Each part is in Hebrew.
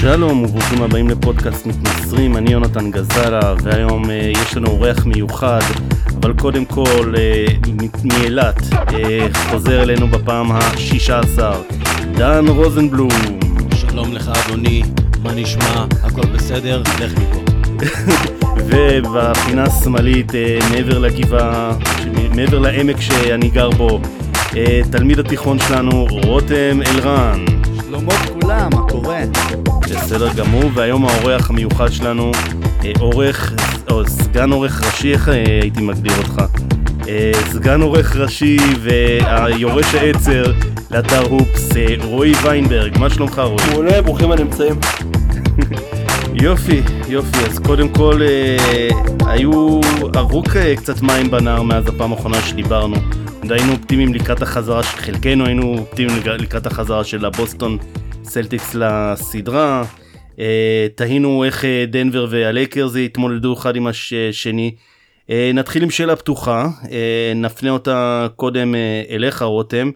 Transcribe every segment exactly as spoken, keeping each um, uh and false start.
שלום וברוכים הבאים לפודקאסט מתנסרים, אני יונתן גזלה, והיום uh, יש לנו אורח מיוחד, אבל קודם כל uh, מאילת, uh, חוזר אלינו בפעם ה-שישה עשר, דן רוזנבלום. שלום לך אדוני, מה נשמע? הכל בסדר? לך מפה. ובפינה השמאלית, uh, מעבר לגבעה, מעבר לעמק שאני גר בו, uh, תלמיד התיכון שלנו, רותם אלרן. שלומות כולם, מה קורה? בסדר גמור, והיום האורח המיוחד שלנו, עורך, או סגן עורך ראשי, איך הייתי מגדיר אותך? סגן עורך ראשי והיורש העצר לאתר הופס, רועי ויינברג. מה שלומך רועי? מעולה, ברוכים הנמצאים. יופי, יופי, אז קודם כל היו, עברו קצת מים בנהר מאז הפעם האחרונה שדיברנו. היינו אופטימיים לקראת החזרה, חלקנו היינו אופטימיים לקראת החזרה של הבוסטון סלטיקס לסדרה, תהינו איך דנבר והלייקרס התמודדו אחד עם השני. נתחיל עם שאלה פתוחה, נפנה אותה קודם אליך רותם.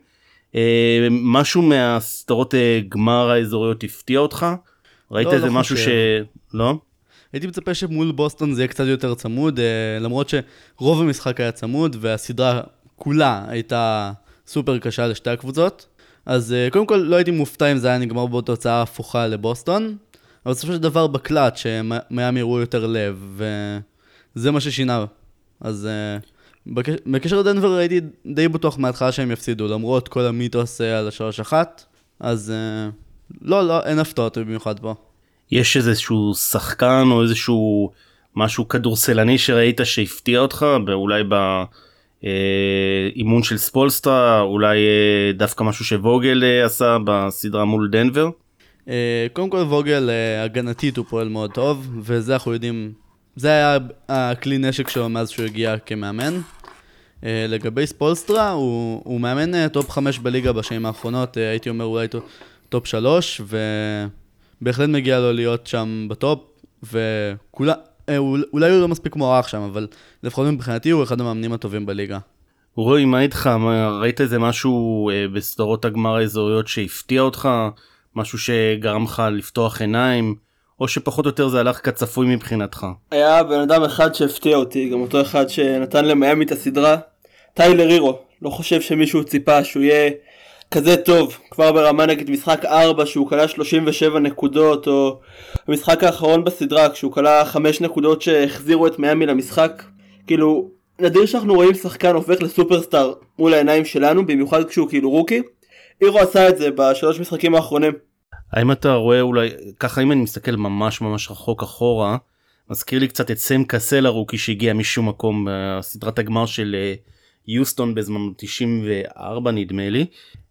משהו מהסדרות גמר האזוריות הפתיע אותך? ראית איזה משהו ש... לא? הייתי מצפה שמול בוסטון זה יהיה קצת יותר צמוד, למרות שרוב המשחק היה צמוד והסדרה כולה הייתה סופר קשה לשתי הקבוצות. אז uh, קודם כל לא הייתי מופתע אם זה היה נגמר בתוצאה הפוכה לבוסטון, אבל בסופו של דבר בקלט שמאמי הראו יותר לב, וזה מה ששינה. אז uh, בק... בקשר לדנבר הייתי די בטוח מההתחלה שהם יפסידו, למרות כל המיתוס uh, על השלוש אחת, אז uh, לא, לא, אין הפתעות במיוחד פה. יש איזשהו שחקן או איזשהו משהו כדורסלני שראית שהפתיע אותך, אולי ב... אימון של ספולסטרה, אולי דווקא משהו שווגל עשה בסדרה מול דנבר? קודם כל ווגל הגנתית הוא פועל מאוד טוב, וזה אנחנו יודעים, זה היה הכלי נשק שלו מאז שהוא הגיע כמאמן. לגבי ספולסטרה, הוא, הוא מאמן טופ חמש בליגה בשנים האחרונות, הייתי אומר אולי טופ שלוש, ובהחלט מגיע לו להיות שם בטופ, וכולה אולי הוא לא מספיק מוערך שם, אבל לפחות מבחינתי הוא אחד המאמנים הטובים בליגה. רועי, מה איתך? ראית איזה משהו בסדרות הגמר האזוריות שהפתיע אותך? משהו שגרם לך לפתוח עיניים? או שפחות או יותר זה הלך כצפוי מבחינתך? היה בן אדם אחד שהפתיע אותי, גם אותו אחד שנתן למיימי את הסדרה, טיילר הירו. לא חושב שמישהו ציפה שהוא יהיה כזה טוב, כבר ברמה נגד משחק ארבע שהוא קלה שלושים ושבע נקודות, או במשחק האחרון בסדרה כשהוא קלה חמש נקודות שהחזירו את מיימי למשחק. כאילו, נדיר שאנחנו רואים שחקן הופך לסופרסטאר מול העיניים שלנו, במיוחד כשהוא כאילו רוקי. הירו עשה את זה בשלוש משחקים האחרונים. האם אתה רואה אולי, ככה אם אני מסתכל ממש ממש רחוק אחורה, מזכיר לי קצת את סם קסל הרוקי שהגיע משום מקום בסדרת הגמר של יוסטון בזמן תשעים וארבע נדמה לי.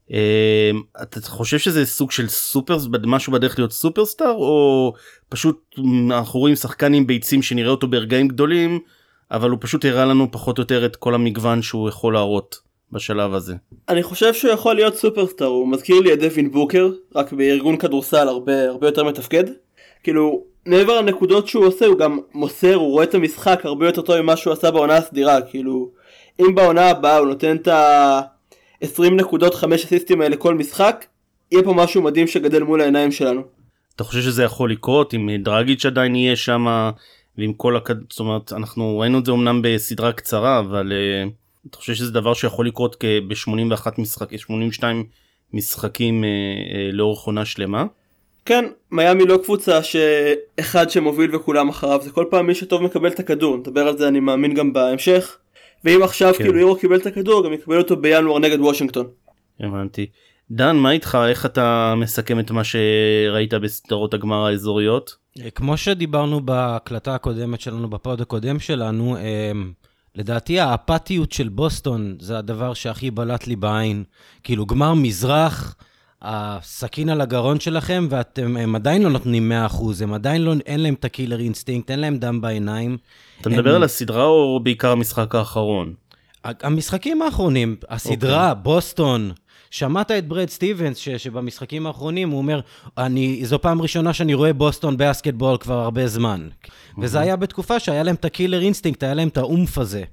אתה חושב שזה סוג של סופר, משהו בדרך להיות סופרסטאר, או פשוט אנחנו רואים שחקן עם ביצים שנראה אותו ברגעים גדולים, אבל הוא פשוט הראה לנו פחות או יותר את כל המגוון שהוא יכול להראות בשלב הזה? אני חושב שהוא יכול להיות סופרסטאר, הוא מזכיר לי את דווין בוקר, רק בארגון כדורסל הרבה, הרבה יותר מתפקד. כאילו, מעבר לנקודות שהוא עושה, הוא גם מוסר, הוא רואה את המשחק הרבה יותר טוב ממה שהוא עשה בעונה הסדירה. כאילו, אם בעונה הבאה הוא נותן את ה... עשרים נקודות, חמש אסיסטים האלה כל משחק, יהיה פה משהו מדהים שגדל מול העיניים שלנו. אתה חושב שזה יכול לקרות אם דרגיץ' עדיין יהיה שם, ועם כל הכד... זאת אומרת, אנחנו ראינו את זה אמנם בסדרה קצרה, אבל uh, אתה חושב שזה דבר שיכול לקרות ב-שמונים ואחת משחקים, שמונים ושתיים משחקים uh, uh, לאורך עונה שלמה? כן, מיימי לא קבוצה שאחד שמוביל וכולם אחריו, זה כל פעם מי שטוב מקבל את הכדור, נדבר על זה אני מאמין גם בהמשך. ואם עכשיו כן. כאילו הירו קיבל את הכדור, גם יקבל אותו בינואר נגד וושינגטון. הבנתי. דן, מה איתך? איך אתה מסכם את מה שראית בסדרות הגמר האזוריות? כמו שדיברנו בהקלטה הקודמת שלנו, בפוד הקודם שלנו, לדעתי האפתיות של בוסטון זה הדבר שהכי בלט לי בעין. כאילו גמר מזרח, הסכין על הגרון שלכם, ואתם הם עדיין לא נותנים מאה אחוז, הם עדיין לא, אין להם את הקילר אינסטינקט, אין להם דם בעיניים. אתה מדבר הם... על הסדרה או בעיקר המשחק האחרון? המשחקים האחרונים, הסדרה, okay. בוסטון, שמעת את ברד סטיבנס ש, שבמשחקים האחרונים הוא אומר, אני, זו פעם ראשונה שאני רואה בוסטון בסקטבול כבר הרבה זמן. Mm-hmm. וזה היה בתקופה שהיה להם את הקילר אינסטינקט, היה להם את האומף הזה.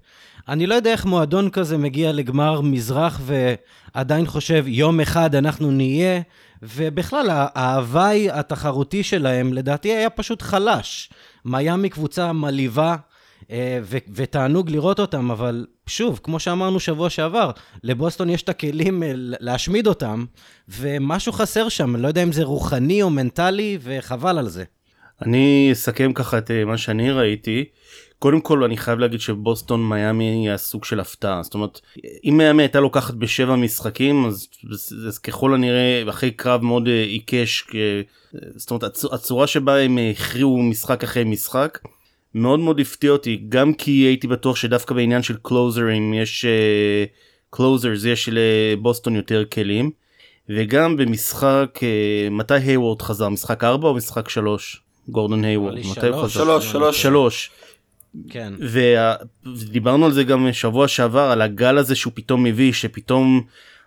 אני לא יודע איך מועדון כזה מגיע לגמר מזרח ועדיין חושב יום אחד אנחנו נהיה, ובכלל ההוואי התחרותי שלהם לדעתי היה פשוט חלש. מיאמי קבוצה מליבה ו- ותענוג לראות אותם, אבל שוב, כמו שאמרנו שבוע שעבר, לבוסטון יש את הכלים להשמיד אותם, ומשהו חסר שם, לא יודע אם זה רוחני או מנטלי, וחבל על זה. אני אסכם ככה את מה שאני ראיתי. קודם כל אני חייב להגיד שבוסטון מיאמי היא הסוג של הפתעה, זאת אומרת אם מיאמי הייתה לוקחת בשבע משחקים אז, אז ככל הנראה אחרי קרב מאוד עיקש, זאת אומרת הצורה שבה הם הכריעו משחק אחרי משחק מאוד מאוד הפתיע אותי, גם כי הייתי בטוח שדווקא בעניין של קלוזרים יש קלוזרס יש לבוסטון יותר כלים, וגם במשחק מתי היוורד חזר, משחק ארבע או משחק שלוש? גורדון היוורד שלוש שלוש שלוש כן. ודיברנו על זה גם שבוע שעבר, על הגל הזה שהוא פתאום מביא, שפתאום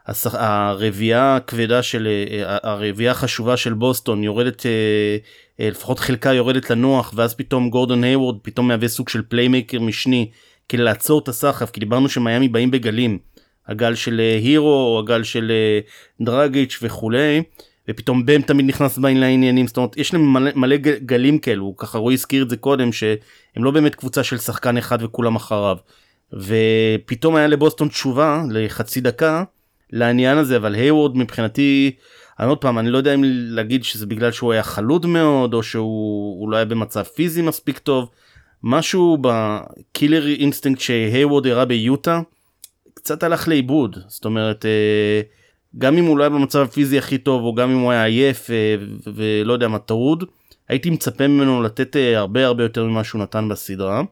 הרביעה הכבדה של, הרביעה החשובה של בוסטון יורדת, לפחות חלקה יורדת לנוח, ואז פתאום גורדון היוורד פתאום מהווה סוג של פליימקר משני, כדי לעצור את הסחף, כי דיברנו שמיימי באים בגלים, הגל של הירו, או הגל של דרגיץ' וכולי, ופתאום בהם תמיד נכנס בין לעניינים, זאת אומרת, יש להם מלא, מלא גלים כאלו, ככה רואי הזכיר את זה קודם, שהם לא באמת קבוצה של שחקן אחד וכולם אחריו, ופתאום היה לבוסטון תשובה, לחצי דקה, לעניין הזה, אבל היוורד מבחינתי, אני עוד פעם, אני לא יודע אם להגיד שזה בגלל שהוא היה חלוד מאוד, או שהוא לא היה במצב פיזי מספיק טוב, משהו בקילר אינסטינקט שהיוורד הראה ביוטה, קצת הלך לאיבוד, זאת אומרת, גם אם הוא לא היה במצב הפיזי הכי טוב, או גם אם הוא היה עייף, ולא יודע מה טרוד, הייתי מצפה ממנו לתת הרבה הרבה יותר ממה שהוא נתן בסדרה.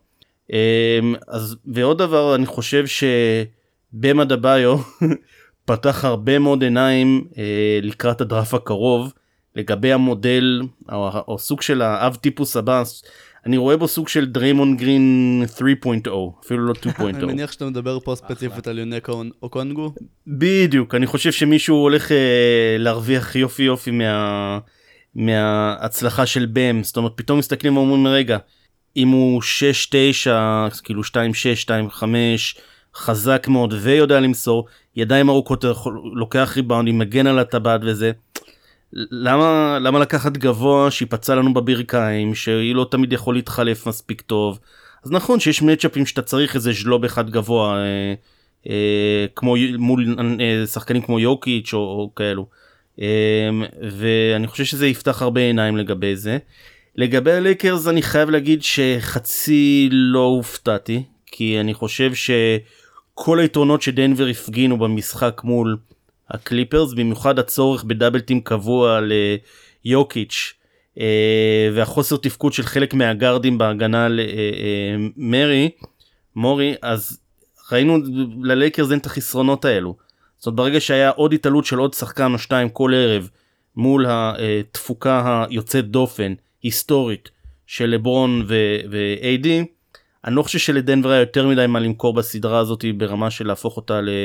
אז, ועוד דבר, אני חושב שבמה דביו פתח הרבה מאוד עיניים לקראת הדראפט הקרוב, לגבי המודל, או, או סוג של האב טיפוס הבא, אני רואה בו סוג של דריימון גרין שלוש נקודה אפס, אפילו לא שתיים נקודה אפס. אני מניח שאתה מדבר פה ספציפית על יונקה או קונגו? בדיוק, אני חושב שמישהו הולך אה, להרוויח יופי יופי מה, מההצלחה של בם, זאת אומרת פתאום מסתכלים ואומרים רגע, אם הוא שש תשע, כאילו שתיים שש, שתיים חמש, חזק מאוד ויודע למסור, ידיים ארוכות, לוקח ריבאונדים, מגן על הטבעת וזה, למה, למה לקחת גבוה שיפצע לנו בברכיים, שהיא לא תמיד יכול להתחלף מספיק טוב? אז נכון שיש מצ'אפים שאתה צריך איזה ז'לוב אחד גבוה, אה, אה, כמו מול אה, שחקנים כמו יוקיץ' או, או כאלו. אה, ואני חושב שזה יפתח הרבה עיניים לגבי זה. לגבי הלייקרס אני חייב להגיד שחצי לא הופתעתי, כי אני חושב שכל היתרונות שדנבר הפגינו במשחק מול הקליפרס, במיוחד הצורך בדאבל טים קבוע ליוקיץ' והחוסר תפקוד של חלק מהגארדים בהגנה למרי, מורי, אז ראינו ללייקרס אין את החסרונות האלו. זאת אומרת, ברגע שהיה עוד התעלות של עוד שחקן או שתיים כל ערב, מול התפוקה היוצאת דופן, היסטורית, של לברון ו-איי די, אני לא חושב שלדנבר היה יותר מדי מה למכור בסדרה הזאת, ברמה של להפוך אותה ל...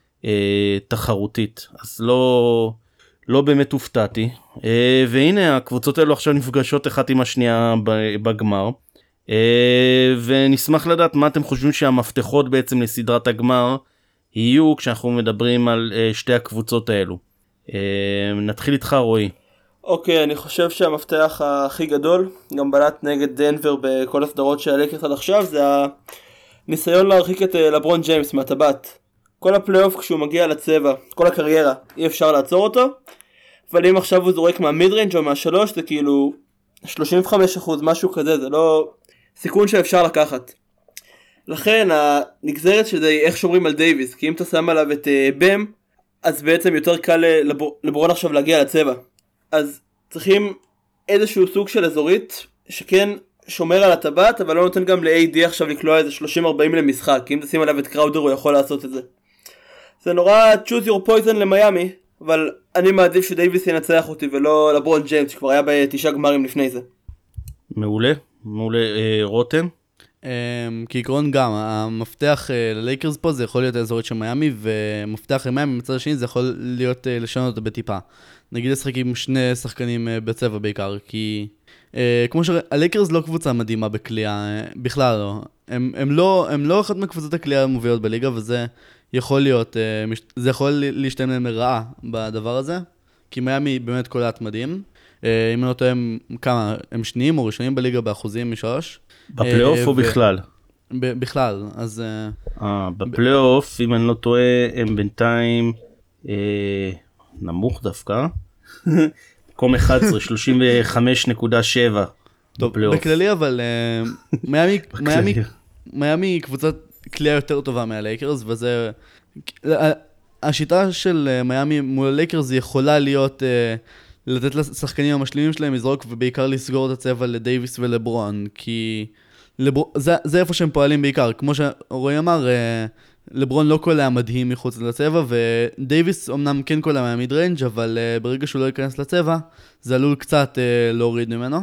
תחרותית, אז לא לא באמת הופתעתי, והנה הקבוצות האלו עכשיו נפגשות אחת עם השנייה בגמר, ונשמח לדעת מה אתם חושבים שהמפתחות בעצם לסדרת הגמר יהיו כשאנחנו מדברים על שתי הקבוצות האלו. נתחיל איתך רועי. אוקיי, אני חושב שהמפתח הכי גדול, גם בלט נגד דנבר בכל הסדרות של הלייקרס עד עכשיו, זה הניסיון להרחיק את לברון ג'יימס מהטבעת. כל הפלייאוף כשהוא מגיע לצבע, כל הקריירה, אי אפשר לעצור אותו, אבל אם עכשיו הוא זורק מהמידרנג' או מהשלוש, זה כאילו שלושים וחמישה אחוז, משהו כזה, זה לא סיכון שאפשר לקחת. לכן הנגזרת של זה היא איך שומרים על דייביס, כי אם אתה שם עליו את uh, בם, אז בעצם יותר קל לבר... לברון עכשיו להגיע לצבע. אז צריכים איזשהו סוג של אזורית, שכן שומר על הטבעת, אבל לא נותן גם ל-איי די עכשיו לקלוע איזה שלושים ארבעים למשחק, כי אם תשים עליו את קראודר הוא יכול לעשות את זה. זה נורא choose your poison למיימי, אבל אני מעדיף שדייביס ינצח אותי ולא לברון ג'יימס, שכבר היה בתשעה גמרים לפני זה. מעולה, מעולה. אה, רותם? Um, כעיקרון גם, המפתח uh, ללייקרס פה זה יכול להיות האזורית של מיימי, ומפתח למיימי מצד השני זה יכול להיות uh, לשנות אותו בטיפה. נגיד לשחק עם שני שחקנים uh, בצבע בעיקר, כי uh, כמו שהלייקרס לא קבוצה מדהימה בקליעה, uh, בכלל לא. הם, הם לא, הם לא אחת מקבוצות הקליעה המובילות בליגה, וזה יכול להיות, זה יכול להשתמש להם לרעה בדבר הזה, כי מיאמי באמת קולט מדהים. אם אני לא טועה, כמה, הם שניים או ראשונים בליגה באחוזים משלוש? בפלייאוף או בכלל? בכלל, אז... בפלייאוף, אם אני לא טועה, הם בינתיים נמוך דווקא. מקום אחת עשרה, שלושים וחמש נקודה שבע. טוב, בכללי, אבל מיאמי היא קבוצת קליעה יותר טובה מהלייקרס, וזה... השיטה של מיאמי מול הלייקרס יכולה להיות... לתת לשחקנים המשלימים שלהם לזרוק, ובעיקר לסגור את הצבע לדייביס ולברון, כי לבר... זה, זה איפה שהם פועלים בעיקר. כמו שרועי אמר, לברון לא קולע מדהים מחוץ לצבע, ודייביס אמנם כן קולע מהמיד ריינג', אבל ברגע שהוא לא ייכנס לצבע, זה עלול קצת להוריד ממנו.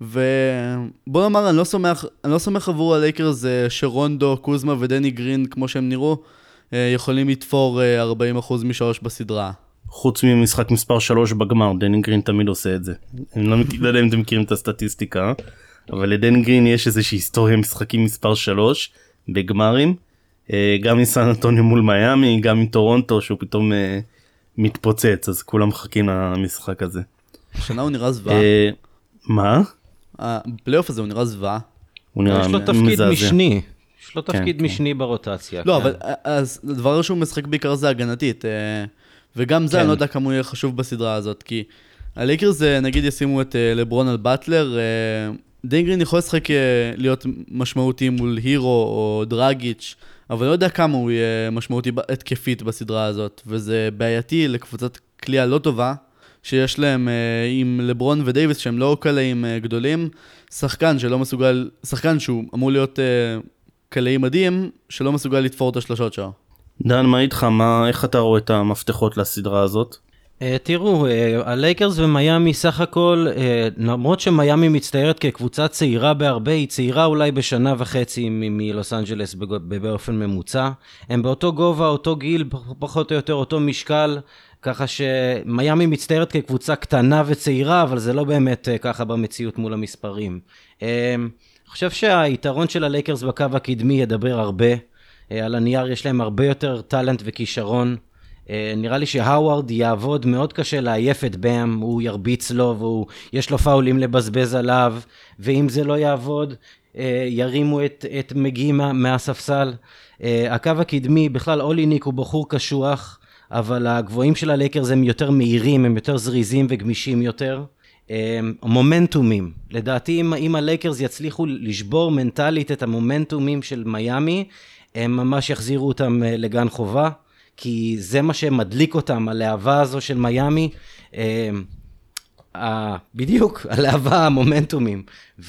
ובוא נאמר, אני לא סומך, אני לא סומך עבור הלייקרס שרונדו, קוזמה ודני גרין, כמו שהם נראו, יכולים לתפור ארבעים אחוז משלוש בסדרה. חוץ ממשחק מספר שלוש בגמר, דני גרין תמיד עושה את זה. אני לא, לא יודע אם אתם מכירים את הסטטיסטיקה, אבל לדני גרין יש איזושהי היסטוריה משחקים מספר שלוש בגמרים, גם עם סן אנטוניו מול מיאמי, גם עם טורונטו שהוא פתאום מתפוצץ, אז כולם מחכים למשחק הזה. השנה הוא נראה זוועה. מה? הפלייאוף הזה הוא נראה זוועה. יש לו תפקיד משני. יש לו תפקיד משני ברוטציה. לא, אבל אז הדבר שהוא משחק בעיקר זה הגנתית, וגם זה אני לא יודע כמה הוא יהיה חשוב בסדרה הזאת, כי הלייקרס נגיד ישימו את לברון על באטלר, דני גרין יכול לשחק להיות משמעותי מול הירו או דרגיץ', אבל לא יודע כמה הוא יהיה משמעותי התקפית בסדרה הזאת, וזה בעייתי לקבוצת קליעה לא טובה, שיש להם עם לברון ודייביס שהם לא קלעים גדולים, שחקן שלא מסוגל, שחקן שהוא אמור להיות קלעי מדהים, שלא מסוגל לתפור את השלושות שלו. דן, מה איתך? מה, איך אתה רואה את המפתחות לסדרה הזאת? Uh, תראו, uh, הלייקרס ומיאמי סך הכל, uh, למרות שמיאמי מצטיירת כקבוצה צעירה בהרבה, היא צעירה אולי בשנה וחצי מלוס אנג'לס באופן ממוצע. הם באותו גובה, אותו גיל, פחות או יותר אותו משקל, ככה שמיאמי מצטיירת כקבוצה קטנה וצעירה, אבל זה לא באמת uh, ככה במציאות מול המספרים. Uh, אני חושב שהיתרון של הלייקרס בקו הקדמי ידבר הרבה, uh, על הנייר יש להם הרבה יותר טלנט וכישרון, נראה לי שהאווארד יעבוד מאוד קשה לעייף את בם, הוא ירביץ לו ויש לו פאולים לבזבז עליו, ואם זה לא יעבוד, ירימו את, את מגי מה, מהספסל. הקו הקדמי, בכלל אוליניק הוא בחור קשוח, אבל הגבוהים של הלייקרס הם יותר מהירים, הם יותר זריזים וגמישים יותר. מומנטומים, לדעתי אם, אם הלייקרס יצליחו לשבור מנטלית את המומנטומים של מיאמי, הם ממש יחזירו אותם לגן חובה. כי זה מה שמדליק אותם, הלהבה הזו של מיאמי, אה, אה, בדיוק, הלהבה, המומנטומים,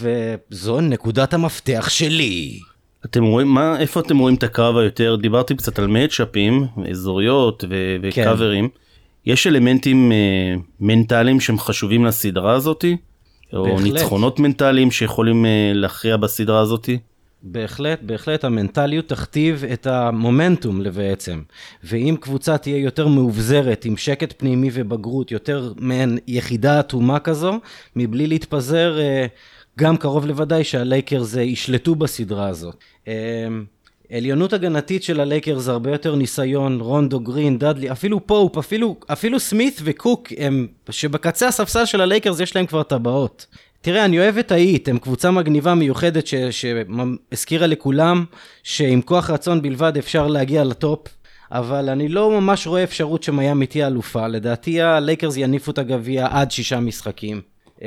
וזו נקודת המפתח שלי. אתם רואים, מה, איפה אתם רואים את הקרב היותר? דיברתי קצת על מאצ'אפים, אזוריות ו- וקאברים. כן. יש אלמנטים אה, מנטליים שהם חשובים לסדרה הזאת? או בהחלט. ניצחונות מנטליים שיכולים אה, להכריע בסדרה הזאת? בהחלט, בהחלט, המנטליות תכתיב את המומנטום לבעצם. ואם קבוצה תהיה יותר מאובזרת, עם שקט פנימי ובגרות, יותר מעין יחידה אטומה כזו, מבלי להתפזר, גם קרוב לוודאי שהלייקרס ישלטו בסדרה הזאת. עליונות הגנתית של הלייקרס הרבה יותר ניסיון, רונדו, גרין, דאדלי, אפילו פופ, אפילו, אפילו סמית וקוק, הם, שבקצה הספסל של הלייקרס יש להם כבר טבעות. תראה, אני אוהב את האית, הם קבוצה מגניבה מיוחדת ש... שהזכירה לכולם שעם כוח רצון בלבד אפשר להגיע לטופ, אבל אני לא ממש רואה אפשרות שמיאמי תהיה אלופה, לדעתי הלייקרס יניפו את הגביע עד שישה משחקים.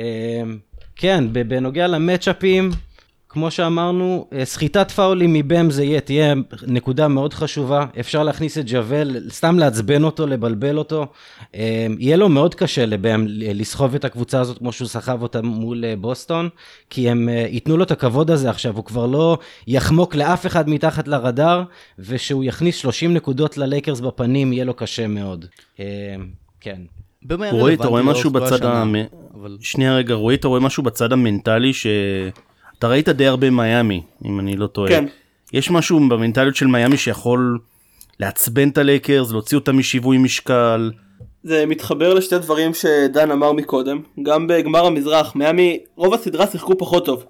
כן, בנוגע למאצ'אפים, כמו שאמרנו, סחיטת פאולים מבם זה יהיה, תהיה נקודה מאוד חשובה, אפשר להכניס את ג'וול, סתם לעצבן אותו, לבלבל אותו, יהיה לו מאוד קשה לבם לסחוב את הקבוצה הזאת כמו שהוא סחב אותה מול בוסטון, כי הם ייתנו לו את הכבוד הזה עכשיו, הוא כבר לא יחמוק לאף אחד מתחת לרדאר, ושהוא יכניס שלושים נקודות ללייקרס בפנים, יהיה לו קשה מאוד. כן. רואי, אתה רואה משהו בצד שנייה רגע, רואי, אתה רואה משהו בצד המנטלי ש... אתה ראית די הרבה מיאמי, אם אני לא טועה. כן. יש משהו במנטליות של מיאמי שיכול לעצבן את הלייקרס, להוציא אותם משיווי משקל. זה מתחבר לשתי דברים שדן אמר מקודם. גם בגמר המזרח, מיאמי, רוב הסדרה שיחקו פחות טוב.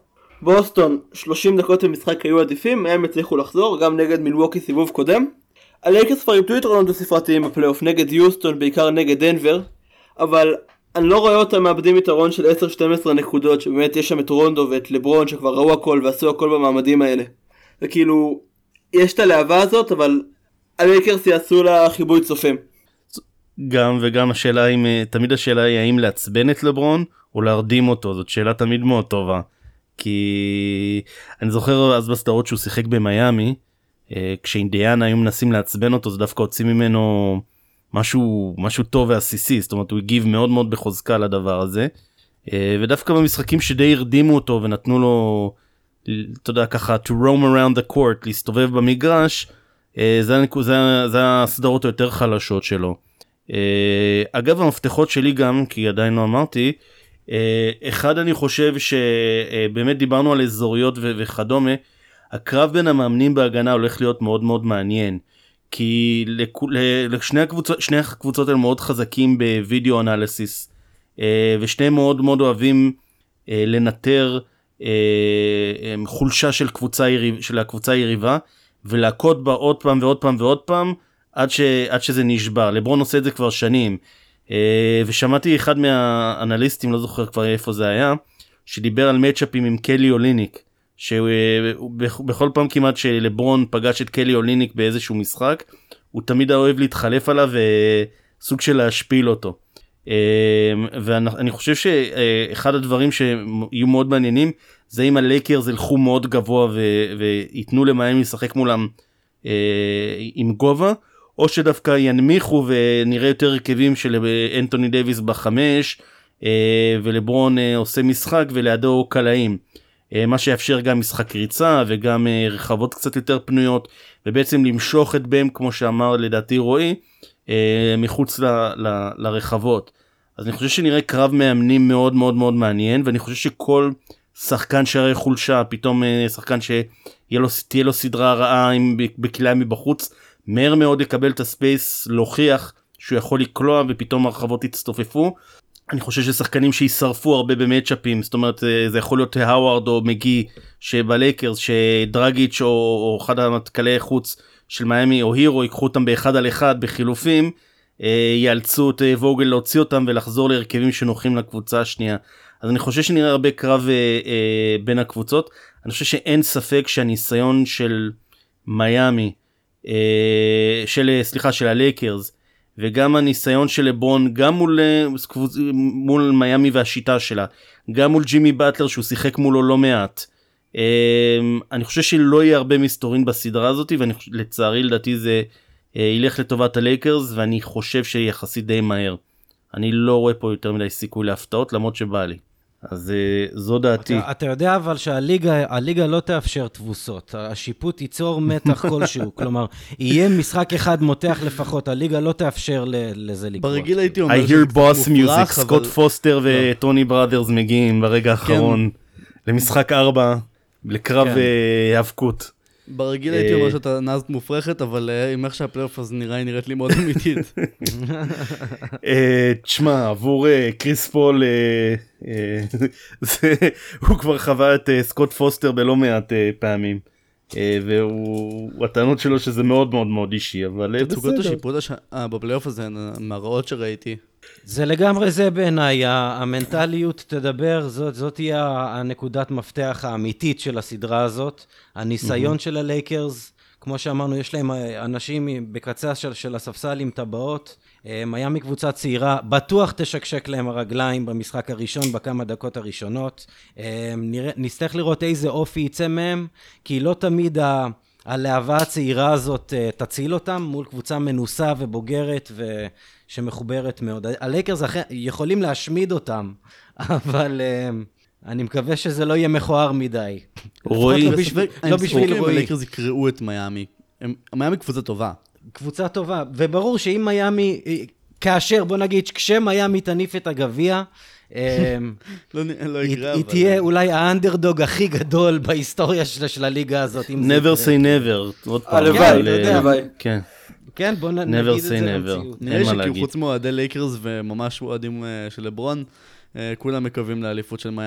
בוסטון שלושים דקות במשחק היו עדיפים, הם הצליחו לחזור, גם נגד מילווקי סיבוב קודם. הלייקרס כבר איבדו יתרונות בספרתיים בפלייאוף, נגד יוסטון, בעיקר נגד דנבר, אבל אני לא רואה אותם מאבדים יתרון של עשר שתים עשרה נקודות, שבאמת יש שם את רונדו ואת לברון שכבר ראו הכל ועשו הכל במעמדים האלה. וכאילו, יש את הלהבה הזאת, אבל הלייקרס יעשו לה חיבוי צופים. גם וגם השאלה אם, תמיד השאלה היא האם לעצבן את לברון או להרדים אותו, זאת שאלה תמיד מאוד טובה. כי אני זוכר אז בסדרות שהוא שיחק במיימי, כשאינדיאנה היו מנסים לעצבן אותו, זה דווקא הוציא ממנו משהו, משהו טוב ועסיסי, זאת אומרת הוא הגיב מאוד מאוד בחוזקה לדבר הזה, ודווקא במשחקים שדי הרדימו אותו ונתנו לו, אתה יודע, ככה to roam around the court, להסתובב במגרש, זה, זה, זה הסדרות היותר חלשות שלו. אגב המפתחות שלי גם, כי עדיין לא אמרתי, אחד אני חושב שבאמת דיברנו על אזוריות וכדומה, הקרב בין המאמנים בהגנה הולך להיות מאוד מאוד מעניין, כי לשני הקבוצות, שני הקבוצות האלה מאוד חזקים בווידאו אנליסיס, ושניהם מאוד מאוד אוהבים לנטר חולשה של קבוצה יריב, של הקבוצה היריבה, ולהכות בה עוד פעם ועוד פעם ועוד פעם, עד, ש, עד שזה נשבר. לברון עושה את זה כבר שנים, ושמעתי אחד מהאנליסטים, לא זוכר כבר איפה זה היה, שדיבר על מצ'אפים עם קלי אוליניק, שבכל פעם כמעט שלברון פגש את קלי אוליניק באיזשהו משחק, הוא תמיד אוהב להתחלף עליו וסוג של להשפיל אותו. ואני חושב שאחד הדברים שיהיו מאוד מעניינים, זה אם הלייקרס ילכו מאוד גבוה ויתנו למאמן לשחק מולם עם גובה, או שדווקא ינמיכו ונראה יותר רכבים של אנטוני דייביס בחמש, ולברון עושה משחק ולידו קלעים. מה שיאפשר גם משחק ריצה וגם רחבות קצת יותר פנויות, ובעצם למשוך את בהם, כמו שאמר לדעתי רועי, מחוץ ל, ל, לרחבות. אז אני חושב שנראה קרב מאמנים מאוד מאוד מאוד מעניין, ואני חושב שכל שחקן שערי חולשה, פתאום שחקן שתהיה לו, לו סדרה רעה בקליעה מבחוץ, מהר מאוד יקבל את הספייס, להוכיח שהוא יכול לקלוע ופתאום הרחבות יצטופפו. אני חושב ששחקנים שישרפו הרבה במצ'אפים, זאת אומרת זה יכול להיות האווארד או מגי שבלייקרס, שדרגיץ' או, או אחד המתקלי חוץ של מיימי או הירו ייקחו אותם באחד על אחד בחילופים, יאלצו את ווגל להוציא אותם ולחזור להרכבים שנוחים לקבוצה השנייה. אז אני חושב שנראה הרבה קרב בין הקבוצות. אני חושב שאין ספק שהניסיון של מיימי, של סליחה של הלייקרס, וגם הניסיון של לברון, גם מול, מול מיימי והשיטה שלה, גם מול ג'ימי באטלר שהוא שיחק מולו לא מעט, אני חושב שלא יהיה הרבה מסתורין בסדרה הזאת, ולצערי לדעתי זה ילך לטובת הלייקרס, ואני חושב שיחסית די מהר. אני לא רואה פה יותר מדי סיכוי להפתעות, למרות שבא לי. אז זו דעתי. אתה, אתה יודע אבל שהליגה הליגה לא תאפשר תבוסות, השיפוט ייצור מתח כלשהו, כלומר, יהיה משחק אחד מותח לפחות, הליגה לא תאפשר לזה לקרות. ברגיל הייתי אומר I hear boss music, סקוט פוסטר וטוני בראדרס מגיעים ברגע האחרון, למשחק ארבע, לקרב האבקות. ברגיל הייתי אומר שאתה נזת מופרכת, אבל עם איך שהפלייאוף אז נראה, היא נראית לי מאוד אמיתית. תשמע, עבור קריס פול, הוא כבר חווה את סקוט פוסטר בלא מעט פעמים, והטענות שלו שזה מאוד מאוד מאוד אישי, אבל בסדר. תצוגות השיפוט בפלייאוף הזה, מהרעות שראיתי. זה לגמרי זה בעיניי, המנטליות תדבר, זאת, זאת תהיה הנקודת מפתח האמיתית של הסדרה הזאת, הניסיון mm-hmm. של הלייקרס, כמו שאמרנו, יש להם אנשים בקצה של, של הספסל עם טבעות, מיימי קבוצה צעירה, בטוח תשקשק להם הרגליים במשחק הראשון, בכמה דקות הראשונות, נצטרך לראות איזה אופי יצא מהם, כי לא תמיד ה... הלהבה הצעירה הזאת תציל אותם מול קבוצה מנוסה ובוגרת ושמחוברת מאוד. הלייקרס יכולים להשמיד אותם, אבל אני מקווה שזה לא יהיה מכוער מדי. רועי, לא בשביל רועי. הלייקרס יקראו את מיימי. מיימי קבוצה טובה. קבוצה טובה, וברור שאם מיימי, כאשר בוא נגיד, כשמיימי תניף את הגביע, היא תהיה אולי האנדרדוג הכי גדול בהיסטוריה של הליגה הזאת. never say never. הלוואי, הלוואי. כן. כן, בוא נגיד את זה למציאות. נראה שכי חוץ מאוהדי לייקרס וממש אוהדים של לברון, כולם מקווים לאליפות של מיימי.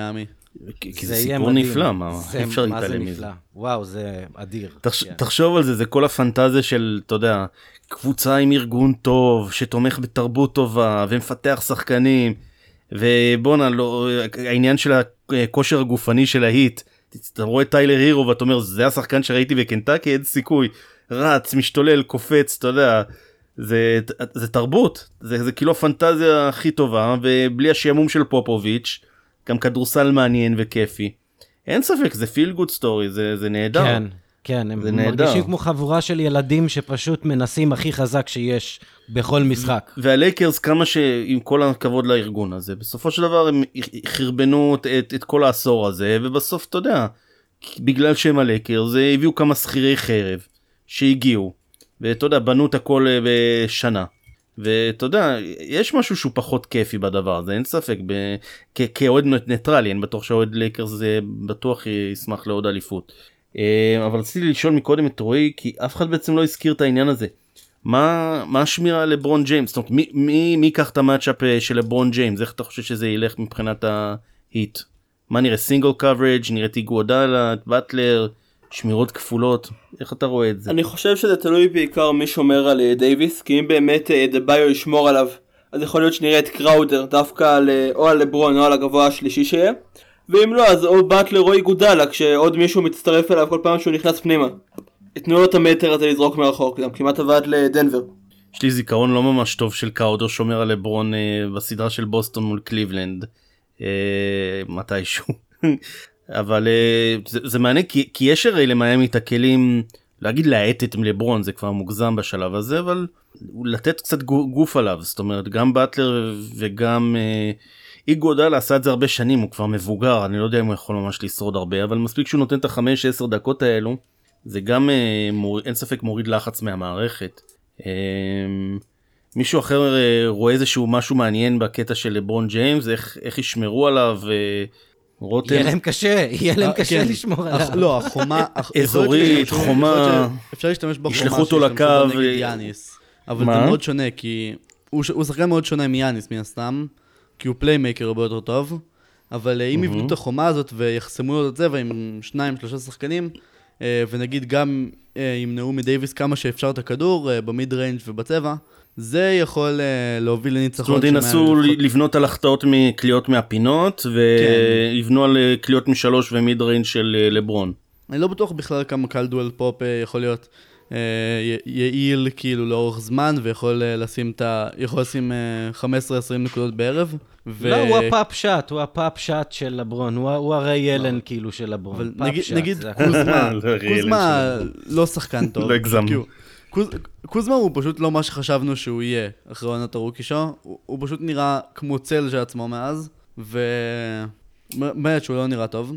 כי זה סיפור נפלא, מה אפשר להתעלם מזה. וואו, זה אדיר. תחשוב על זה, זה כל הפנטזיה של, אתה יודע, קבוצה עם ארגון טוב, שתומך בתרבות טובה, ומפתח שחקנים, ובונה, העניין של הכושר הגופני של ההיט, אתה רואה את טיילר הירו, ואתה אומר, זה השחקן שראיתי בקנטקי, אין סיכוי, רץ, משתולל, קופץ, אתה יודע, זה, זה תרבות, זה, זה כאילו הפנטזיה הכי טובה, ובלי השעמום של פופוביץ', גם כדורסל מעניין וכיפי. אין ספק, זה פיל גוד סטורי, זה, זה נהדר. כן, כן, הם מרגישים כמו חבורה של ילדים שפשוט מנסים הכי חזק שיש בכל משחק. והלייקרס, כמה שעם כל הכבוד לארגון הזה, בסופו של דבר הם חרבנו את, את כל העשור הזה, ובסוף, אתה יודע, בגלל שהם הלייקרס, זה הביאו כמה שכירי חרב שהגיעו, ואתה יודע, בנו את הכל בשנה. ואתה יודע, יש משהו שהוא פחות כיפי בדבר הזה, אין ספק, ב- כ- כאוהד ניטרלי, אני בטוח שהאוהד לייקרס זה בטוח ישמח לעוד אליפות. אבל רציתי לשאול מקודם את רועי, כי אף אחד בעצם לא הזכיר את העניין הזה. מה, מה השמירה על לברון ג'יימס? זאת אומרת, מי, מי, מי ייקח את המאצ'אפ של לברון ג'יימס? איך אתה חושב שזה ילך מבחינת ההיט? מה נראה? סינגל קאברג', נראית איגוודאלה, באטלר, שמירות כפולות, איך אתה רואה את זה? אני חושב שזה תלוי בעיקר מי שומר על דייביס, כי אם באמת דביו ישמור עליו, אז יכול להיות שנראה את קראודר דווקא על, או על לברון או על הגבוה השלישי שיהיה, ואם לא, אז או באטלר או איגודאלה, כשעוד מישהו מצטרף אליו כל פעם שהוא נכנס פנימה. יתנו לו את המטר הזה לזרוק מרחוק, גם כמעט עבד לדנבר. יש לי זיכרון לא ממש טוב של קראודר שומר על לברון אה, בסדרה של בוסטון מול קליבלנד, אה, מתישהו. אבל זה, זה מעניין, כי, כי יש הרי למאיימי את הכלים, להגיד להעט את לברון, זה כבר מוגזם בשלב הזה, אבל לתת קצת גוף עליו, זאת אומרת, גם באטלר וגם אה, איגוודאלה עשה את זה הרבה שנים, הוא כבר מבוגר, אני לא יודע אם הוא יכול ממש לשרוד הרבה, אבל מספיק שהוא נותן את החמש עשר דקות האלו, זה גם, אה, מור, אין ספק, מוריד לחץ מהמערכת. אה, מישהו אחר אה, רואה איזשהו משהו מעניין בקטע של לברון ג'יימס, איך, איך ישמרו עליו, אה, רותם. יהיה להם קשה, יהיה להם קשה לשמור עליו. לא, החומה... אזורית, חומה... אפשר להשתמש בחומה ישלחו אותו לקו. נגד יאניס. אבל זה מאוד שונה, כי הוא שחקן מאוד שונה מיאניס מן הסתם, כי הוא פליימייקר הרבה יותר טוב, אבל אם יבנו את החומה הזאת ויחסמו לו את הצבע עם שניים, שלושה שחקנים, ונגיד גם ימנעו מדייביס כמה שאפשר את הכדור, במיד ריינג' ובצבע, זה יכול להוביל לניצחון. זאת אומרת, ינסו לבנות על החטאות מקליעות מהפינות, ויבנו על קליעות משלוש ומיד ריינג' של לברון. אני לא בטוח בכלל כמה קלדואל פופ יכול להיות יעיל כאילו לאורך זמן, ויכול לשים את ה... יכול לשים חמש עשרה עשרים נקודות בערב. לא, הוא הפאפ שאט, הוא הפאפ שאט של לברון, הוא הרי ילן כאילו של לברון. נגיד קוזמה, קוזמה לא שחקן טוב. לא הגזמנו. קוזמה הוא פשוט לא מה שחשבנו שהוא יהיה אחרי עונת הרוקי שלו, הוא פשוט נראה כמו צל של עצמו מאז, ובאמת שהוא לא נראה טוב.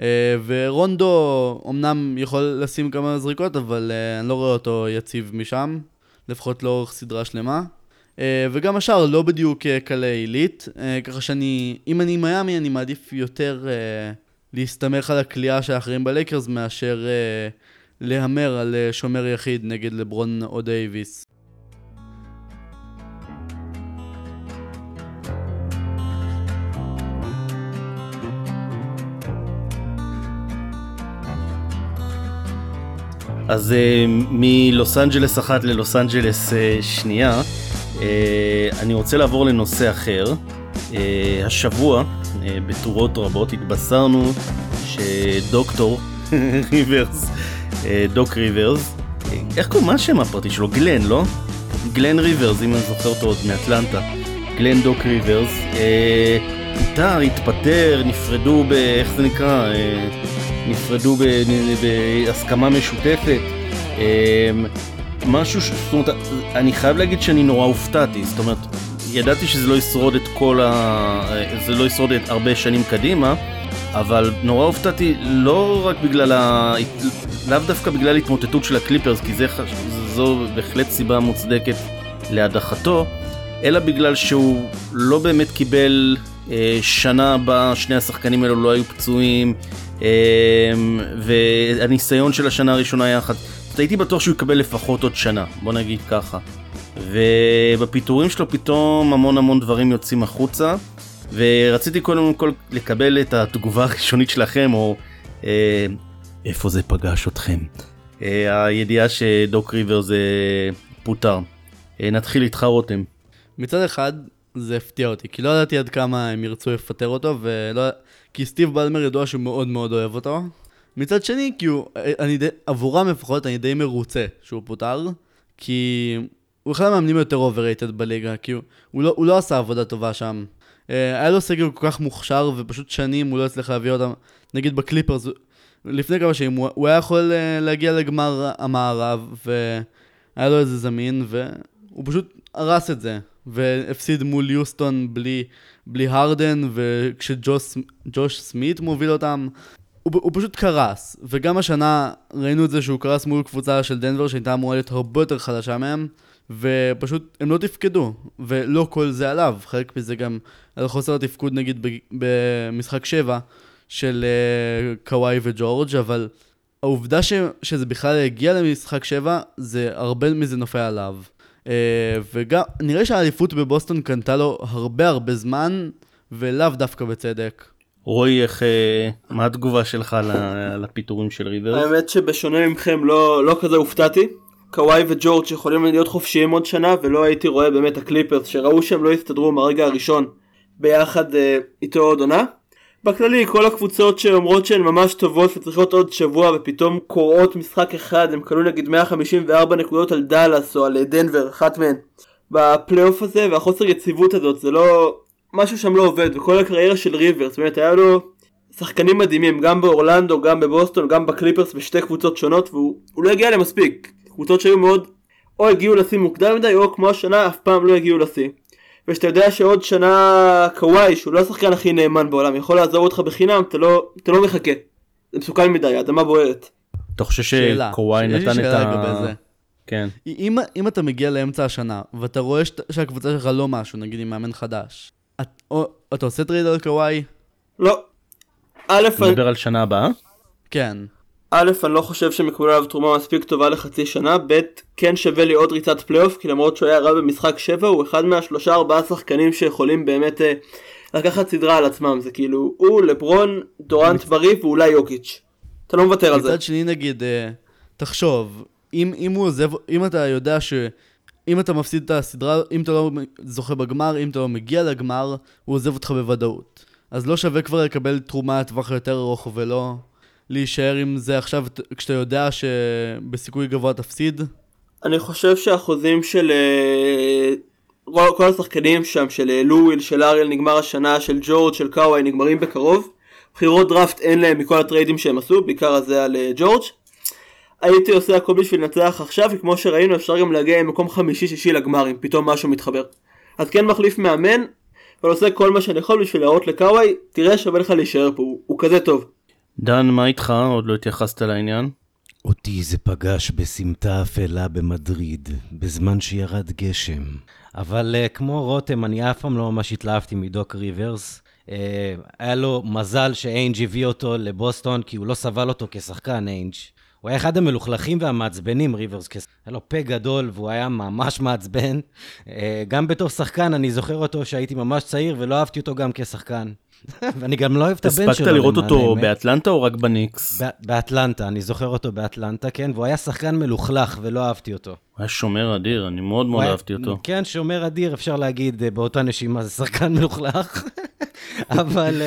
ורונדו אמנם יכול לשים כמה זריקות, אבל אני לא רואה אותו יציב משם, לפחות לאורך סדרה שלמה. וגם השאר לא בדיוק קלה עילית, ככה שאני, אם אני מיאמי, אני מעדיף יותר להסתמך על הקליעה של האחרים בלייקרס, מאשר להמר על שומר יחיד נגד לברון או דייביס. אז uh, מלוס אנג'לס אחת ללוס אנג'לס uh, שנייה, uh, אני רוצה לעבור לנושא אחר. Uh, השבוע, uh, בתורות רבות, התבשרנו שדוקטור ריברס, uh, דוק ריברס, uh, איך קוראים מה השם הפרטי שלו? גלן, לא? גלן ריברס, אם אני זוכר אותו עוד מאטלנטה. גלן דוק ריברס, uh, פוטר, התפטר, נפרדו ב... איך זה נקרא? Uh, נפרדו בהסכמה משותפת, משהו, זאת אומרת, אני חייב להגיד שאני נורא הופתעתי, זאת אומרת, ידעתי שזה לא ישרוד את כל ה... זה לא ישרוד את הרבה שנים קדימה, אבל נורא הופתעתי לא רק בגלל ה... לאו דווקא בגלל התמוטטות של הקליפרס, כי זה, זו בהחלט סיבה מוצדקת להדחתו, אלא בגלל שהוא לא באמת קיבל שנה בה שני השחקנים האלו לא היו פצועים, והניסיון של השנה הראשונה היה אחת, הייתי בטוח שהוא יקבל לפחות עוד שנה, בוא נגיד ככה, ובפיתורים שלו פתאום המון המון דברים יוצאים החוצה, ורציתי קודם כל לקבל את התגובה הראשונית שלכם, או אה, איפה זה פגש אתכם. אה, הידיעה שדוק ריבר זה פוטר. אה, נתחיל איתך רותם. מצד אחד, זה הפתיע אותי, כי לא ידעתי עד כמה הם ירצו לפטר אותו, ולא... כי סטיב בלמר ידוע שהוא מאוד מאוד אוהב אותו. מצד שני, כי הוא, אני די, עבורם לפחות אני די מרוצה שהוא פוטר, כי הוא אחד המאמנים יותר אובררייטד בליגה, כי הוא, הוא, לא, הוא לא עשה עבודה טובה שם. היה לו סגל כל כך מוכשר, ופשוט שנים הוא לא הצליח להביא אותם, נגיד בקליפרס, לפני כמה שנים, הוא, הוא היה יכול להגיע לגמר המערב, והיה לו איזה זמין, והוא פשוט הרס את זה. והפסיד מול יוסטון בלי, בלי הרדן, וכשג'וש סמית מוביל אותם, הוא, הוא פשוט קרס. וגם השנה ראינו את זה שהוא קרס מול קבוצה של דנבר, שהייתה אמורה להיות הרבה יותר חדשה מהם, ופשוט הם לא תפקדו, ולא כל זה עליו. חלק מזה גם על חוסר התפקוד נגיד במשחק שבע של uh, קוואי וג'ורג', אבל העובדה ש, שזה בכלל הגיע למשחק שבע, זה הרבה מזה נופל עליו. Uh, וגם נראה שהאליפות בבוסטון קנתה לו הרבה הרבה זמן, ולאו דווקא בצדק. רועי, איך, מה התגובה שלך לפיטורים של ריברס? האמת שבשונה ממכם לא, לא כזה הופתעתי. קוואי וג'ורג' יכולים להיות חופשיים עוד שנה, ולא הייתי רואה באמת הקליפרס שראו שהם לא הסתדרו מהרגע הראשון ביחד אה, איתו עוד עונה. בכללי כל הקבוצות שאומרות שהן ממש טובות וצריכות עוד שבוע ופתאום קוראות משחק אחד, הם קלו נגיד מאה חמישים וארבע נקודות על דלס או על דנבר, אחת מהן בפלייאוף הזה, והחוסר יציבות הזאת זה לא... משהו שם לא עובד, וכל הקריירה של ריברס, באמת היה לו שחקנים מדהימים, גם באורלנדו, גם בבוסטון, גם בקליפרס, בשתי קבוצות שונות, והוא לא הגיע למספיק. קבוצות שהיו מאוד, או הגיעו לשיא מוקדם מדי, או כמו השנה, אף פעם לא הגיעו לשיא. ושאתה יודע שעוד שנה קוואי, שהוא לא השחקן הכי נאמן בעולם, יכול לעזור אותך בחינם, אתה לא, אתה לא מחכה. זה מסוכן מדי, האדמה בוערת. אתה חושב שקוואי נתן את ה... כן. אם, אם אתה מגיע לאמצע השנה, ואתה רואה שהקבוצה שלך לא משהו, נגיד עם מאמן חדש, את, או, אתה עושה טרייד על קוואי? לא. א', נדבר על שנה הבאה? כן. א', אני לא חושב שמקבל עליו תרומה מספיק טובה לחצי שנה, ב', כן שווה לי עוד ריצת פלייאוף, כי למרות שהוא היה רע במשחק שבע, הוא אחד מהשלושה ארבעה שחקנים שיכולים באמת אה, לקחת סדרה על עצמם, זה כאילו, הוא, לברון, דורנט בריף ואולי יוקיץ'. אתה לא מוותר על זה. מצד שני נגיד, אה, תחשוב, אם, אם הוא עוזב, אם אתה יודע ש... אם אתה מפסיד את הסדרה, אם אתה לא זוכה בגמר, אם אתה לא מגיע לגמר, הוא עוזב אותך בוודאות. אז לא שווה כבר לקבל תרומה לטווח יותר ארוך ולא להישאר עם זה עכשיו כשאתה יודע שבסיכוי גבוה תפסיד. אני חושב שהאחוזים של כל השחקנים שם, של לואיל, של אריאל נגמר השנה, של ג'ורג', של קאוואי נגמרים בקרוב. בחירות דראפט אין להם מכל הטריידים שהם עשו, בעיקר הזה על ג'ורג'. הייתי עושה הכל בשביל לנצח עכשיו, וכמו שראינו אפשר גם להגיע עם מקום חמישי-שישי לגמר, אם פתאום משהו מתחבר. אז כן מחליף מאמן, אבל עושה כל מה שאני יכול בשביל להראות לקאוואי, תראה שווה לך להישאר פה, הוא, הוא כזה טוב. דן, מה איתך? עוד לא התייחסת לעניין? אותי זה פגש בסמטה אפלה במדריד, בזמן שירד גשם. אבל uh, כמו רותם, אני אף פעם לא ממש התלהבתי מדוק ריברס. Uh, היה לו מזל שאיינג' הביא אותו לבוסטון, כי הוא לא סבל אותו כשחקן איינג'. הוא היה אחד המלוכלכים והמעצבנים, ריברס, היה לו פה גדול והוא היה ממש מעצבן. גם בתור שחקן, אני זוכר אותו שהייתי ממש צעיר ולא אהבתי אותו גם כשחקן. ואני גם לא אוהב את הבן שלו. הספקת לראות אותו באטלנטה או רק בניקס? באטלנטה, אני זוכר אותו באטלנטה, כן, והוא היה שחקן מלוכלך ולא אהבתי אותו. הוא היה שומר אדיר, אני מאוד מאוד אהבתי אותו. כן, שומר אדיר, אפשר להגיד באותה נשימה, זה שחקן מלוכלך. אבל...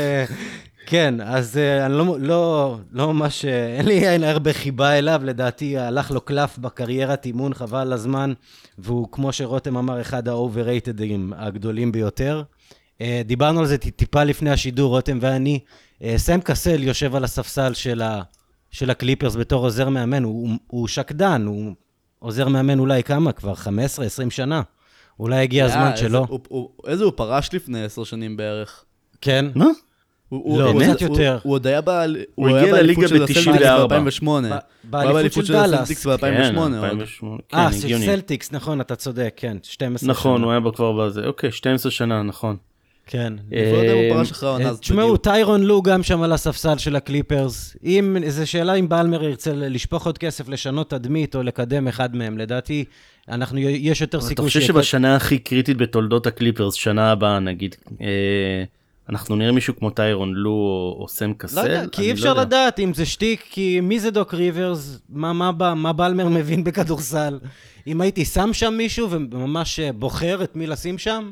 כן, אז uh, אני לא, לא, לא ממש, אין לי אין הרבה חיבה אליו, לדעתי הלך לו קלף בקריירת אימון, חבל הזמן, והוא כמו שרותם אמר, אחד האובררייטדים הגדולים ביותר. Uh, דיברנו על זה טיפה לפני השידור, רותם ואני, uh, סם קסל יושב על הספסל של, ה, של הקליפרס בתור עוזר מאמן, הוא, הוא, הוא שקדן, הוא עוזר מאמן אולי כמה כבר, חמש עשרה עשרים שנה, אולי הגיע הזמן איזה, שלו. הוא, הוא, איזה הוא פרש לפני עשר שנים בערך. כן. מה? לא, קצת יותר. הוא עוד היה הוא הגיע לליגה ב-תשעים וארבע. ב-אלפיים ושמונה. באליפות של דלס. הסלטיקס ב-אלפיים ושמונה. אה, סלטיקס, נכון, אתה צודק, כן, שתים עשרה שנה. נכון, הוא היה כבר בזה, אוקיי, שתים עשרה שנה, נכון. כן. אני לא יודע אם הוא פרש אחרי העונה הזאת. תשמעו, טיירון לו גם שם על הספסל של הקליפרס. זו שאלה אם בלמר ירצה לשפוך עוד כסף, לשנות תדמית או לקדם אחד מהם. לדעתי, אנחנו, יש יותר סיכוי... אתה חושב שבשנה הכי קריטית בתולדות הקליפרס, שנה הבאה נגיד, אנחנו נראה מישהו כמו טיירון לו או, או סם קסל. לא יודע, כי אי אפשר לא לדעת אם זה שטיק, כי מי זה דוק ריברס, מה, מה, מה, מה בלמר מבין בכדורסל. אם הייתי שם שם מישהו וממש בוחר את מי לשים שם,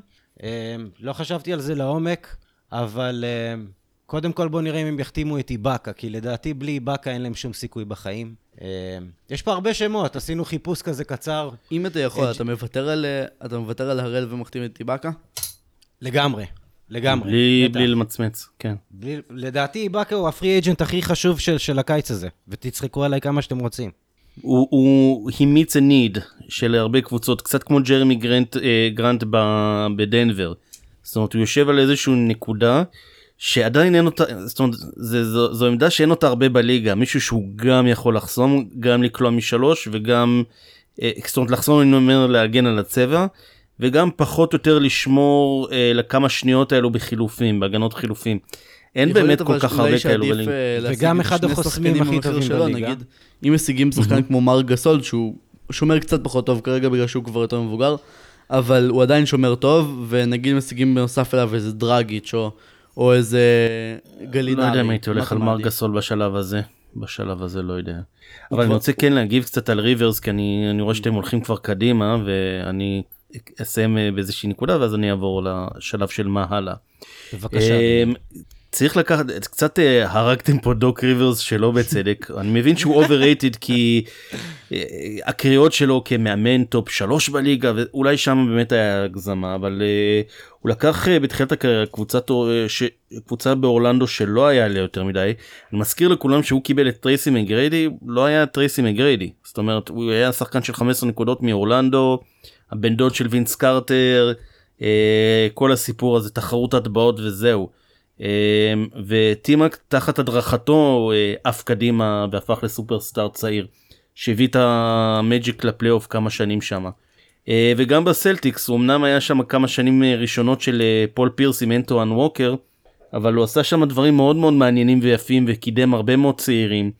לא חשבתי על זה לעומק, אבל קודם כל בוא נראה אם הם יחתימו את איבאקה, כי לדעתי בלי איבאקה אין להם שום סיכוי בחיים. יש פה הרבה שמות, עשינו חיפוש כזה קצר. אם אתה יכול, אתה מוותר על, אתה מוותר על הראל ומחתים את איבאקה? לגמרי, לגמרי. בלי, בלי למצמץ, כן. בלי, לדעתי איבאקה הוא הפרי אייג'נט הכי חשוב של, של הקיץ הזה, ותצחקו עליי כמה שאתם רוצים. הוא, הוא, he meets a need של הרבה קבוצות, קצת כמו ג'רמי גרנט, גרנט בדנבר. זאת אומרת, הוא יושב על איזושהי נקודה, שעדיין אין אותה, זאת אומרת, זה, זו, זו עמדה שאין אותה הרבה בליגה, מישהו שהוא גם יכול לחסום, גם לקלוע משלוש, וגם, זאת אומרת, לחסום, אני אומר, להגן על הצבע, וגם פחות או יותר לשמור אה, לכמה שניות האלו בחילופים, בהגנות חילופים. אין באמת כל כך הרבה כאלו בליגה. וגם אחד החוסמים הכי טובים בליגה. נגיד, אם משיגים שחקן כמו מרק גסול, שהוא שומר קצת פחות טוב כרגע, בגלל שהוא כבר יותר מבוגר, אבל הוא עדיין שומר טוב, ונגיד משיגים בנוסף אליו איזה דרגיץ' או, או איזה גלינרי. לא יודע אם הייתי הולך על מרק גסול בשלב הזה. בשלב הזה לא יודע. אבל אני רוצה כן להגיב קצת על ריברס, כי אני, אני רואה שאתם הולכים כבר קדימה, ואני אסיים באיזושהי נקודה, ואז אני אעבור לשלב של מה הלאה. בבקשה. צריך לקחת, קצת הרגתם פה דוק ריברס שלא בצדק, אני מבין שהוא overrated כי הקריאות שלו כמאמן טופ שלוש בליגה, ואולי שם באמת היה הגזמה, אבל הוא לקח בתחילת הקריירה קבוצה באורלנדו שלא היה עליה יותר מדי. אני מזכיר לכולם שהוא קיבל את טרייסי מגריידי, לא היה טרייסי מגריידי, זאת אומרת הוא היה שחקן של חמש עשרה נקודות מאורלנדו, הבן דוד של וינס קרטר, כל הסיפור הזה, תחרות הטבעות וזהו. וטימק תחת הדרכתו אף קדימה והפך לסופרסטאר צעיר שהביא את המג'יק לפלייאוף כמה שנים שם. וגם בסלטיקס הוא אמנם היה שם כמה שנים ראשונות של פול פירס עם אנטואן ווקר, אבל הוא עשה שם דברים מאוד מאוד מעניינים ויפים וקידם הרבה מאוד צעירים,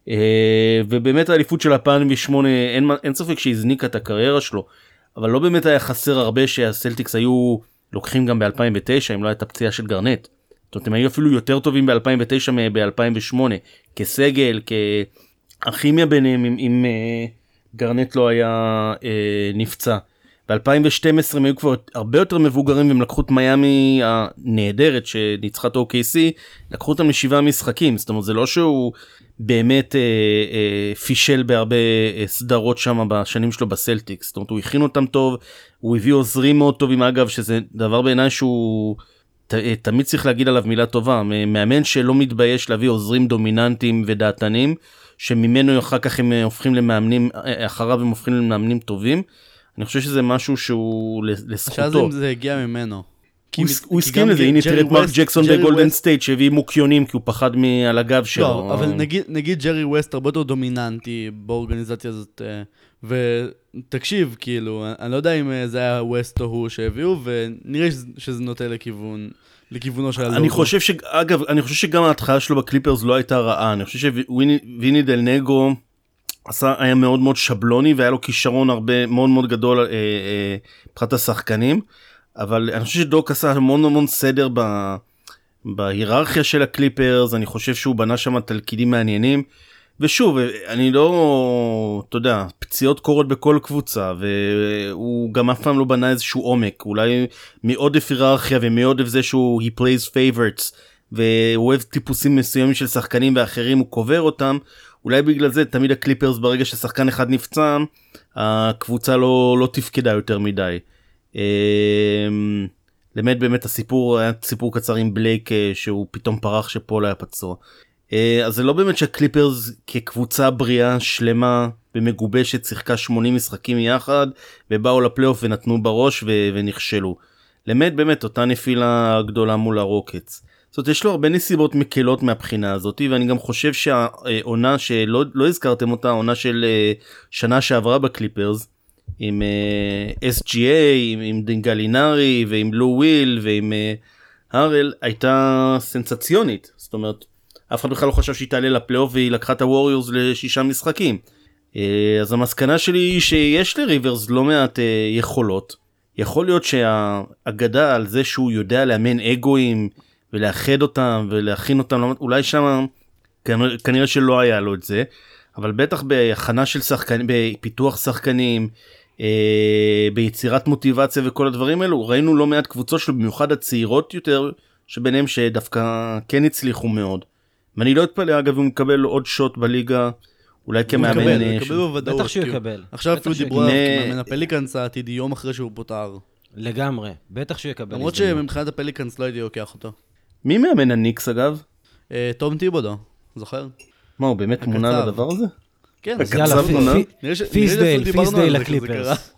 ובאמת האליפות של אלפיים ושמונה אין, אין ספק שהזניקה את הקריירה שלו, אבל לא באמת היה חסר הרבה שהסלטיקס היו לוקחים גם ב-אלפיים ותשע אם לא הייתה פציעה של גרנט. זאת אומרת, הם היו אפילו יותר טובים ב-אלפיים ותשע מ-אלפיים ושמונה, כסגל, ככימיה ביניהם, אם, אם uh, גרנט לא היה uh, נפצע. ב-אלפיים ושתים עשרה הם היו כבר הרבה יותר מבוגרים, והם לקחו את מיאמי הנהדרת שניצחה את או קיי סי, לקחו אותם לשבעה משחקים, זאת אומרת, זה לא שהוא באמת uh, uh, פישל בהרבה uh, סדרות שם בשנים שלו בסלטיקס, זאת אומרת, הוא הכין אותם טוב, הוא הביא עוזרים מאוד טובים, אגב, שזה דבר בעיניי שהוא... ת, תמיד צריך להגיד עליו מילה טובה, מאמן שלא מתבייש להביא עוזרים דומיננטיים ודעתנים, שממנו אחר כך הם הופכים למאמנים, אחריו הם הופכים למאמנים טובים. אני חושב שזה משהו שהוא לזכותו. שאז אם זה הגיע ממנו. הוא הסכים לזה, הנה תראה את מרק ג'קסון בגולדן סטייט, שהביא מוקיונים כי הוא פחד על הגב שלו. לא, אבל נגיד ג'רי ווסט הרבה יותר דומיננטי באורגניזציה הזאת, ותקשיב, כאילו, אני לא יודע אם זה היה ווסט או הוא שהביאו, ונראה שזה נוטה לכיוון, לכיוונו של הלוגו. אני חושב ש... אגב, אני חושב שגם ההתחלה שלו בקליפרס לא הייתה רעה, אני חושב שוויני דל נגרו עשה, היה מאוד מאוד שבלוני, והיה לו כישרון הרבה, מאוד מאוד גדול, פחת השחקנים, אבל אני חושב שדוק עשה המון המון סדר ב... בהיררכיה של הקליפרס, אני חושב שהוא בנה שם תלכידים מעניינים, ושוב, אני לא, אתה יודע, פציעות קורות בכל קבוצה, והוא גם אף פעם לא בנה איזשהו עומק, אולי מעודף היררכיה ומעודף זה שהוא he plays favorites, והוא אוהב טיפוסים מסוימים של שחקנים ואחרים, הוא קובר אותם, אולי בגלל זה תמיד הקליפרס ברגע ששחקן אחד נפצע, הקבוצה לא, לא תפקדה יותר מדי. למד באמת הסיפור, היה סיפור קצר עם בלייק שהוא פתאום פרח שפול היה פצוע. אז זה לא באמת שהקליפרס כקבוצה בריאה שלמה ומגובשת שיחקה שמונים משחקים יחד ובאו לפלייאוף ונתנו בראש ו- ונכשלו. למד באמת אותה נפילה גדולה מול הרוקטס. זאת אומרת, יש לו הרבה נסיבות מקלות מהבחינה הזאת, ואני גם חושב שהעונה שלא לא הזכרתם אותה, העונה של שנה שעברה בקליפרס, עם אס ג'י איי, עם, עם דינגלינרי ועם לו וויל ועם הרל, הייתה סנסציונית. זאת אומרת, אף אחד בכלל לא חשב שהיא תעלה לפלייאוף והיא לקחה את הווריורס לשישה משחקים. אז המסקנה שלי היא שיש לריברס לא מעט יכולות. יכול להיות שהאגדה על זה שהוא יודע לאמן אגואים ולאחד אותם ולהכין אותם, אולי שם כנראה, כנראה שלא היה לו את זה, אבל בטח בהכנה של שחקנים, בפיתוח שחקנים, אה, ביצירת מוטיבציה וכל הדברים האלו, ראינו לא מעט קבוצות שלו, במיוחד הצעירות יותר, שביניהם שדווקא כן הצליחו מאוד. ואני לא אתפלא, אגב, הוא מקבל עוד שוט בליגה, אולי כמאמן... הוא יקבל בוודאות. בטח שהוא יקבל. עכשיו אפילו דיברו עליו כמאמן הפליקאנס העתידי יום אחרי שהוא פוטר. לגמרי, בטח שהוא יקבל. למרות שמבחינת הפליקאנס לא הייתי לוקח אותו. מי מאמן הניקס אגב? תום טיבודו, זוכר? מה, הוא באמת מונה לדבר הזה? כן, אז יאללה, פיסדייל, פיסדייל לקליפרס.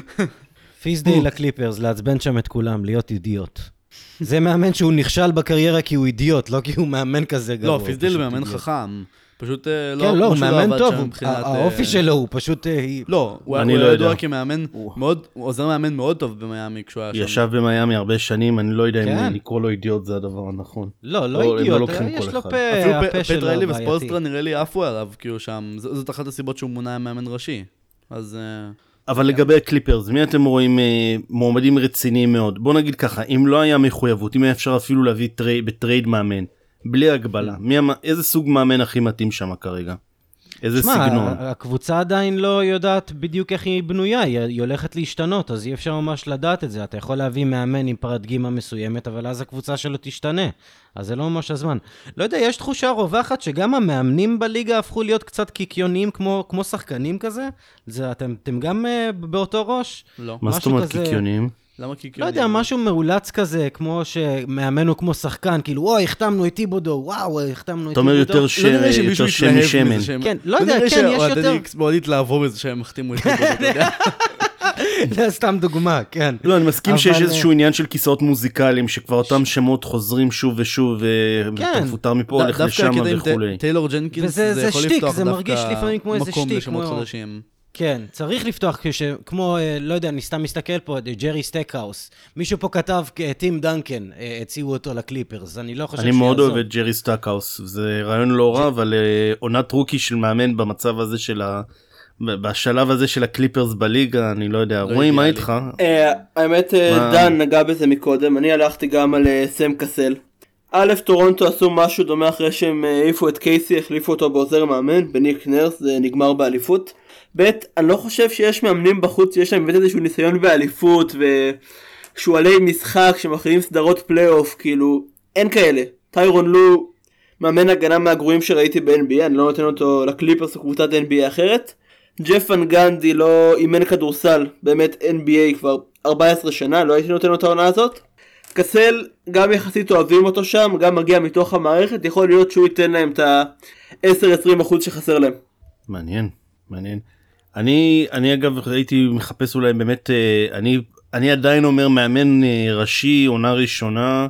פיסדייל לקליפרס, לעצבן שם את כולם, להיות אידיוט. זה מאמן שהוא נכשל בקריירה כי הוא אידיוט, לא כי הוא מאמן כזה גרוע. לא, פיסדייל הוא מאמן חכם. פשוט לא... כן, לא, הוא מאמן טוב, האופי שלו הוא פשוט... לא, הוא היה ידוע כמאמן מאוד, הוא עוזר מאמן מאוד טוב במיימי כשהוא היה שם. ישב במיימי הרבה שנים, אני לא יודע אם לקרוא לו אידיוט זה הדבר הנכון. לא, לא אידיוט, יש לו פה, הפה שלו פטריילי וספולסטרה נראה לי עפו עליו, כאילו שם, זאת אחת הסיבות שהוא מונה מאמן ראשי. אז... אבל לגבי הקליפרס, מי אתם רואים מועמדים רציניים מאוד? בוא נגיד ככה, אם לא היה מחויבות, אם היה אפשר אפילו להביא בטרייד מאמן, בלי הגבלה, איזה סוג מאמן הכי מתאים שם כרגע? איזה סגנון? הקבוצה עדיין לא יודעת בדיוק איך היא בנויה, היא הולכת להשתנות, אז אי אפשר ממש לדעת את זה. אתה יכול להביא מאמן עם פרדגימה מסוימת, אבל אז הקבוצה שלו תשתנה. אז זה לא ממש הזמן. לא יודע, יש תחושה רווחת שגם המאמנים בליגה הפכו להיות קצת קיקיוניים כמו, כמו שחקנים כזה? זה, אתם, אתם גם uh, באותו ראש? לא. מה זאת אומרת קיקיוניים? למה קיקיוניים? לא יודע, משהו מאולץ כזה, כמו שמאמן הוא כמו שחקן, כאילו, וואו, החתמנו את טיבודו, וואו, החתמנו את טיבודו. אתה אומר יותר שם משמן. כן, לא יודע, כן, יש יותר... לא נראה שאוהדי מאוד התלהבו בזה שהם החתימו את טיבודו, אתה יודע? זה סתם דוגמה, כן. לא, אני מסכים שיש איזשהו עניין של כיסאות מוזיקליים, שכבר אותם שמות חוזרים שוב ושוב, ואתה מפוטר מפה, הולך לשם וכו'. טיילור ג'נקינס זה יכול לפתוח דווקא מקום לשמות חדשים. כן, צריך לפתוח כמו, לא יודע, אני סתם מסתכל פה, ג'רי סטקהאוס. מישהו פה כתב, טים דנקן, הציעו אותו לקליפרס, אני לא חושב שיעזור. אני מאוד אוהב את ג'רי סטקהאוס, זה רעיון לא רע, אבל עונת רוקי של מאמן במצב הזה של ה... בשלב הזה של הקליפרס בליגה, אני לא יודע, רואי, מה איתך? האמת, דן נגע בזה מקודם, אני הלכתי גם על סם קסל. א', טורונטו עשו משהו דומה אחרי שהם העיפו את קייסי, החליפו אותו בעוזר מאמן, בניק נרס, זה נגמר באליפות. ב', אני לא חושב שיש מאמנים בחוץ, שיש להם באמת איזשהו ניסיון באליפות, ושועלי משחק שמכינים סדרות פלייאוף, כאילו, אין כאלה. טיירון לו, מאמן הגנה מהגרועים שראיתי ב-אן בי איי, אני לא נותן אותו לקליפרס או קבוצת אן בי איי אחרת. ג'ף ון גנדי לא אימן כדורסל, באמת אן בי איי כבר ארבע עשרה שנה, לא הייתי נותן אותו העונה הזאת. קסל, גם יחסית אוהבים אותו שם, גם מגיע מתוך המערכת, יכול להיות שהוא ייתן להם את ה-עשר עד עשרים אחוז שחסר להם. מעניין, מעניין. אני, אני אגב הייתי מחפש אולי באמת, אני, אני עדיין אומר מאמן ראשי, עונה ראשונה,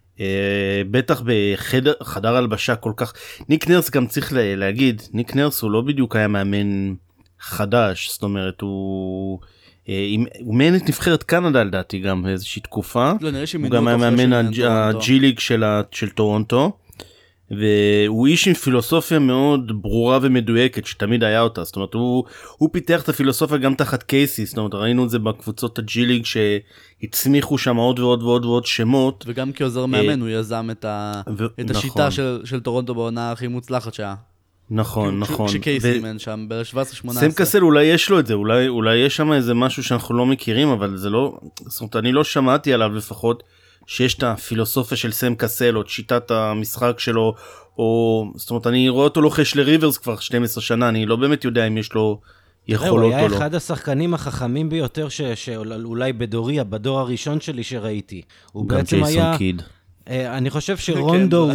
בטח בחדר, חדר הלבשה כל כך, ניק נרס גם צריך להגיד, ניק נרס הוא לא בדיוק היה מאמן חדש, זאת אומרת הוא... הוא מאמן את נבחרת קנדה לדעתי גם באיזושהי תקופה, הוא גם היה מאמן הג'י ליג של טורונטו, והוא איש עם פילוסופיה מאוד ברורה ומדויקת שתמיד היה אותה, זאת אומרת הוא, הוא פיתח את הפילוסופיה גם תחת קייסי, זאת אומרת ראינו את זה בקבוצות הג'י ליג שהצמיחו שם עוד ועוד ועוד ועוד שמות, וגם כעוזר מאמן הוא יזם את, ה... ו... את השיטה נכון. של, של טורונטו בעונה הכי מוצלחת שהיה. נכון, נכון. שקייסי מן שם ב-שבע עשרה שמונה עשרה. סם קסל אולי יש לו את זה, אולי, אולי יש שם איזה משהו שאנחנו לא מכירים, אבל זה לא, זאת אומרת, אני לא שמעתי עליו לפחות, שיש את הפילוסופיה של סם קסל, או את שיטת המשחק שלו, או, זאת אומרת, אני רואה אותו לוחש לריברס כבר שתים עשרה שנה, אני לא באמת יודע אם יש לו יכולות או לא. הוא היה אחד השחקנים החכמים ביותר, ש, שאולי בדוריה, בדור הראשון שלי שראיתי. הוא בעצם היה... קיד. אני חושב שרונדו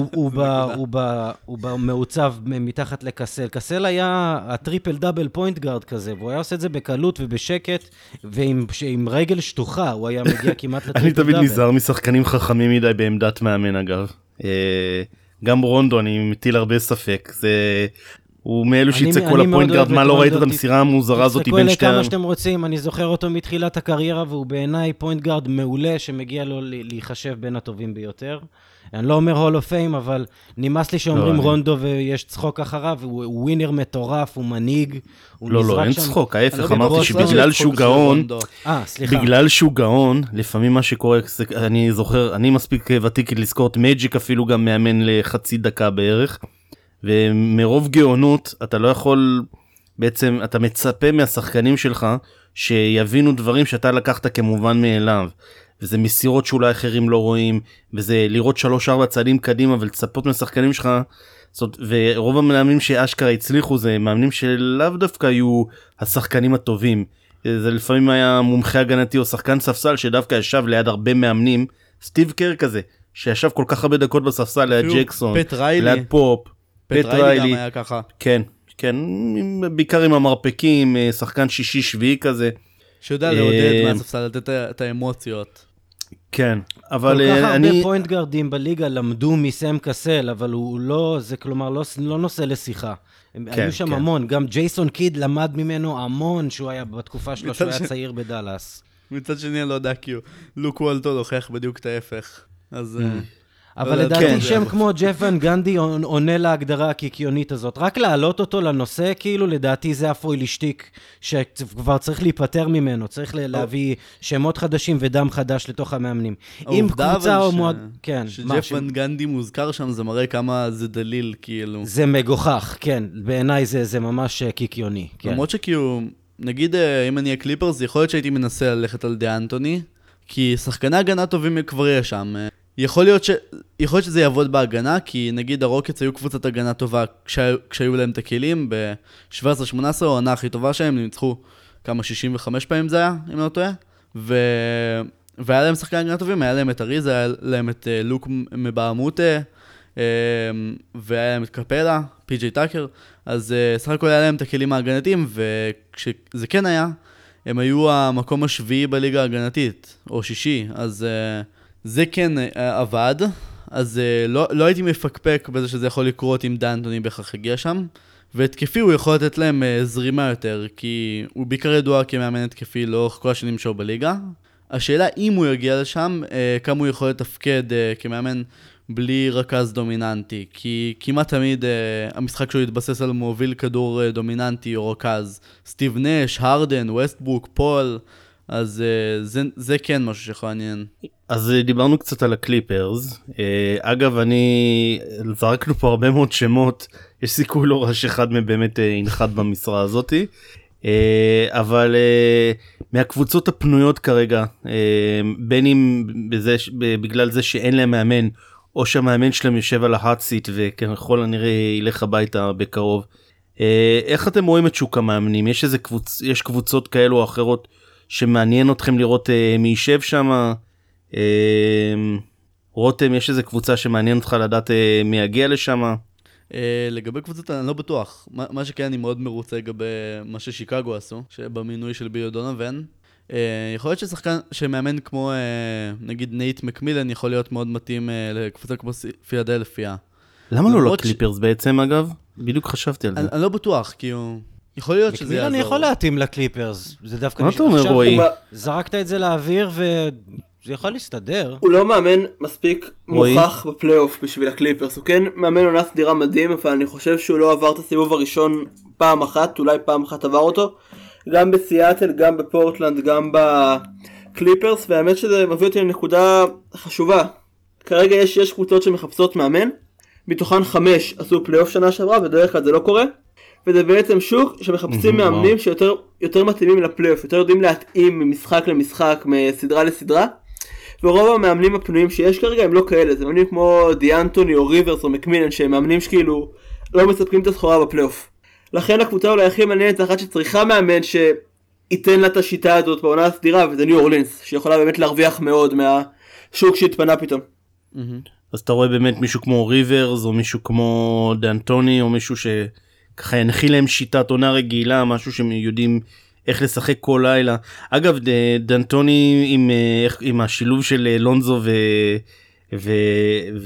הוא במעוצב מתחת לקסל. קסל היה הטריפל דאבל פוינט גארד כזה, והוא היה עושה את זה בקלות ובשקט, ועם רגל שטוחה הוא היה מגיע כמעט לטריפל דאבל. אני תמיד נזהר משחקנים חכמים מדי בעמדת מאמן אגב. גם רונדו אני מטיל הרבה ספק, זה... הוא מאלו שיצא כל הפוינט גארד, מה לא ראית את המסירה המוזרה הזאת בין שתי... תסתכלו כמה שאתם רוצים, אני זוכר אותו מתחילת הקריירה, והוא בעיניי פוינט גארד מעולה, שמגיע לו להיחשב בין הטובים ביותר. אני לא אומר הול אוף פיים, אבל נמאס לי שאומרים לא, רונדו ויש צחוק אחריו, הוא ווינר מטורף, הוא מנהיג, הוא לא, לא, נזרק אין שם. צחוק, אני ההפך, לא אמרתי בטוח שבגלל שיש שהוא צחוק של גאון, רונדו. אה, סליחה. בגלל שהוא גאון, לפעמים מה שקורה, זה- אני זוכר, אני מספיק ותיק לזכור את מג'יק אפילו גם מאמן לחצי דקה בערך, ומרוב גאונות אתה לא יכול, בעצם אתה מצפה מהשחקנים שלך שיבינו דברים שאתה לקחת כמובן מאליו, וזה מסירות שאולי אחרים לא רואים, וזה לראות שלוש ארבע צעדים קדימה ולצפות מהשחקנים שלך, זאת, ורוב המאמנים שאשכרה הצליחו זה מאמנים שלאו דווקא היו השחקנים הטובים, זה לפעמים היה מומחה הגנתי או שחקן ספסל שדווקא ישב ליד הרבה מאמנים, סטיב קר כזה, שישב כל כך הרבה דקות בספסל ליד אפילו ג'קסון, פט ריילי. ליד פופ, פט ריילי גם היה ככה. כן, כן, בעיקר עם המרפקים, שחקן שישי שביעי כזה, שיודע לעודד אה, מהספסל, לתת את האמוציות. כן, אבל כל כך אה, הרבה אני, פוינט גארדים בליגה למדו מסם קסל, אבל הוא לא, זה כלומר לא, לא נושא לשיחה. הם כן, היו שם כן. המון, גם ג'ייסון קיד למד ממנו המון שהוא היה בתקופה שלו, שהוא היה מצד ש- צעיר בדלס. מצד שני אני לא יודע, כי הוא- לוק וולטון הוכיח בדיוק את ההפך. אז... אה, אבל לא לדעתי יודעת. שם כמו ג'ף ון גנדי עונה להגדרה הקיקיונית הזאת. רק להעלות אותו לנושא, כאילו, לדעתי זה אפוי לשתיק, שכבר צריך להיפטר ממנו, צריך ל- להביא שמות חדשים ודם חדש לתוך המאמנים. אם העובדה קבוצה אבל או ש- מועד... כן, מה, שג'ף ש- ון גנדי מוזכר שם, זה מראה כמה זה דליל, כאילו. זה מגוחך, כן. בעיניי זה, זה ממש אה, קיקיוני. כן. למרות שכאילו, נגיד אה, אם אני אהיה קליפרס, יכול להיות שהייתי מנסה ללכת על דה אנטוני, כי שחקני הגנה טובים כבר יש שם. אה, יכול להיות, ש... יכול להיות שזה יעבוד בהגנה, כי נגיד הרוקטס היו קבוצת הגנה טובה כשהיו, כשהיו להם את הכלים, ב-שבע עשרה שמונה עשרה העונה הכי טובה שלהם, הם ניצחו כמה שישים וחמש פעמים זה היה, אם לא טועה, ו... והיה להם שחקני הגנה טובים, היה להם את אריז, היה להם את uh, לוק מבעמותה, uh, והיה להם את קפלה, פי ג'יי טאקר, אז uh, סך הכל היה להם את הכלים ההגנתיים, וכשזה כן היה, הם היו המקום השביעי בליגה ההגנתית, או שישי, אז uh, זה כן uh, עבד, אז uh, לא, לא הייתי מפקפק בזה שזה יכול לקרות אם דאנטוני בכך הגיע שם, והתקפי הוא יכול לתת להם uh, זרימה יותר, כי הוא בעיקר ידוע כמאמן התקפי לאורך כל השנים שלו בליגה. השאלה אם הוא יגיע לשם, uh, כמה הוא יכול לתפקד uh, כמאמן בלי רכז דומיננטי, כי כמעט תמיד uh, המשחק שלו יתבסס על מוביל כדור uh, דומיננטי או רכז. סטיב נש, הרדן, ווסטברוק, פול, אז uh, זה, זה כן משהו שיכול לעניין. אז דיברנו קצת על הקליפרס, אה, אגב אני, זרקנו פה הרבה מאוד שמות, יש סיכוי לא רע שאחד מהם באמת אה, ינחת במשרה הזאתי, אה, אבל אה, מהקבוצות הפנויות כרגע, אה, בין אם בזה, בגלל זה שאין להם מאמן, או שהמאמן שלהם יושב על ההאט-סיט וככל הנראה ילך הביתה בקרוב, אה, איך אתם רואים את שוק המאמנים? יש איזה קבוצ... יש קבוצות כאלו או אחרות שמעניין אתכם לראות אה, מי יישב שם? רותם, יש איזה קבוצה שמעניין אותך לדעת מי יגיע לשם? לגבי קבוצות אני לא בטוח, מה שכן אני מאוד מרוצה לגבי מה ששיקגו עשו, שבמינוי של בילי דונובן, יכול להיות ששחקן שמאמן כמו נגיד נייט מקמילן יכול להיות מאוד מתאים לקבוצה כמו פילדלפיה. למה לא לקליפרס בעצם אגב? בדיוק חשבתי על זה. אני לא בטוח, כי הוא... יכול להיות שזה יעזור. מקמילן יכול להתאים לקליפרס, זה דווקא... מה אתה אומר רועי? זרקת את זה לאוויר ו... זה יכול להסתדר. הוא לא מאמן מספיק מוכח בפלייאוף בשביל הקליפרס, הוא כן מאמן עונה סדירה מדהים, אבל אני חושב שהוא לא עבר את הסיבוב הראשון פעם אחת, אולי פעם אחת עבר אותו, גם בסיאטל, גם בפורטלנד, גם בקליפרס, והאמת שזה מביא אותי לנקודה חשובה. כרגע יש יש קבוצות שמחפשות מאמן, מתוכן חמש עשו פלייאוף שנה שעברה, בדרך כלל זה לא קורה, וזה בעצם שוק שמחפשים מאמנים שיותר יותר מתאימים לפלייאוף, יותר יודעים להתאים ממשחק למשחק, מסדרה לסדרה, ורוב המאמנים הפנויים שיש כרגע הם לא כאלה, זה מאמנים כמו די אנטוני או ריברס או מקמילן, שהם מאמנים שכאילו לא מספקים את הסחורה בפלייאוף. לכן הקבוצה אולי הכי מעניינת זה אחת שצריכה מאמן שייתן לה את השיטה הזאת בעונה הסדירה, וזה ניו אורלינס, שיכולה באמת להרוויח מאוד מהשוק שהתפנה פתאום. אז אתה רואה באמת מישהו כמו ריברס או מישהו כמו די אנטוני או מישהו שככה ינחיל להם שיטת עונה רגילה, משהו שהם יודעים איך לשחק כל לילה. אגב, דנטוני עם, עם השילוב של לונזו ו... ו... ו...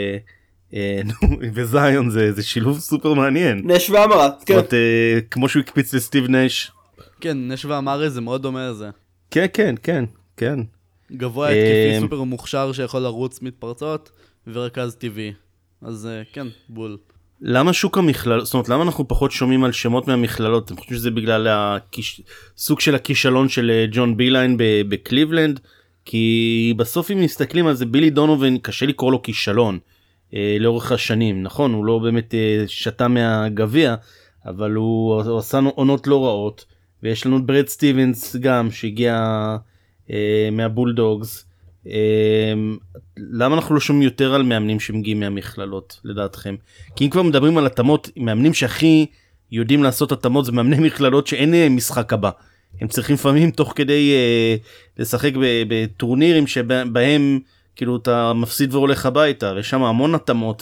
וזיון, זה, זה שילוב סופר מעניין. נש ואמרה, כן. זאת אומרת, כמו שהוא הקפיץ לסטיב נש. כן, נש ואמרה זה מאוד דומה לזה. כן, כן, כן, כן. גבוה התקפי סופר מוכשר שיכול לרוץ מתפרצות, ורכז טבעי. אז כן, בול. למה שוק המכללות, זאת אומרת, למה אנחנו פחות שומעים על שמות מהמכללות? אתם חושבים שזה בגלל הכיש... סוג של הכישלון של ג'ון ביליין בקליבלנד? כי בסוף אם מסתכלים על זה, בילי דונובן, קשה לקרוא לו כישלון אה, לאורך השנים, נכון? הוא לא באמת אה, שתה מהגביע, אבל הוא, הוא עשה עונות לא רעות, ויש לנו את ברד סטיבנס גם, שהגיע אה, מהבולדוגס. אה, למה אנחנו לא שומעים יותר על מאמנים שמגיעים מהמכללות, לדעתכם? כי אם כבר מדברים על התאמות, מאמנים שהכי יודעים לעשות התאמות, זה מאמני מכללות שאין משחק הבא. הם צריכים לפעמים תוך כדי אה, לשחק בטורנירים שבהם כאילו אתה מפסיד והולך הביתה, ויש שם המון התאמות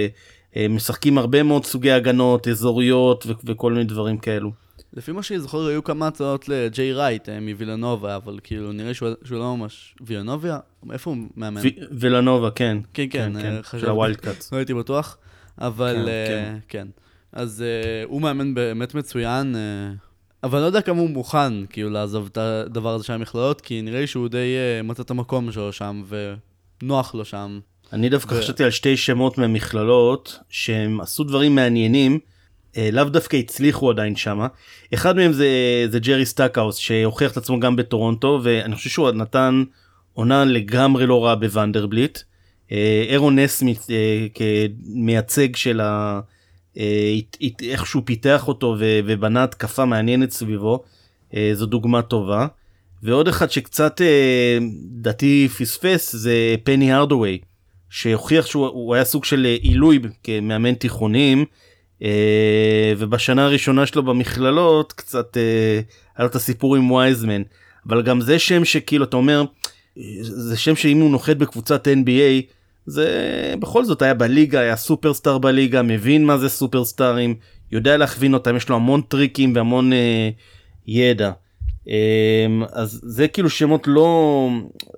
ומשחקים הרבה מאוד סוגי הגנות, אזוריות ו- וכל מיני דברים כאלו. לפי מה שזוכר היו כמה הצעות לג'יי רייט מווילנובה, אבל כאילו נראה שהוא, שהוא לא ממש... וילנוביה? איפה הוא מאמן? ו- וילנובה, כן. כן, כן, כן, כן, חשבתי. של הווילד קאטס. לא הייתי בטוח, אבל כן, uh, כן. כן. אז uh, הוא מאמן באמת מצוין, uh, אבל לא יודע כמה הוא מוכן כאילו לעזוב את הדבר הזה של המכללות, כי נראה שהוא די uh, מצא את המקום שלו שם, ונוח לו שם. אני דווקא ו- חשבתי על שתי שמות מהמכללות, שהם עשו דברים מעניינים, אה, לאו דווקא הצליחו עדיין שמה. אחד מהם זה, זה ג'רי סטאקהאוס, שהוכיח את עצמו גם בטורונטו, ואני חושב שהוא נתן עונה לגמרי לא רעה בוונדרבליט. אה, אירון נסמית אה, כמייצג של ה... אה, איך שהוא פיתח אותו ו- ובנה התקפה מעניינת סביבו, אה, זו דוגמה טובה. ועוד אחד שקצת אה, דעתי פספס זה פני הרדווי, שהוכיח שהוא היה סוג של עילוי כמאמן תיכונים, אה, ובשנה הראשונה שלו במכללות קצת אה, היה לו את הסיפור עם וייזמן, אבל גם זה שם שכאילו אתה אומר, זה שם שאם הוא נוחת בקבוצת אן בי איי, זה בכל זאת היה בליגה, היה סופרסטאר בליגה, מבין מה זה סופרסטארים, יודע להכווין אותם, יש לו המון טריקים והמון אה, ידע. אז זה כאילו שמות לא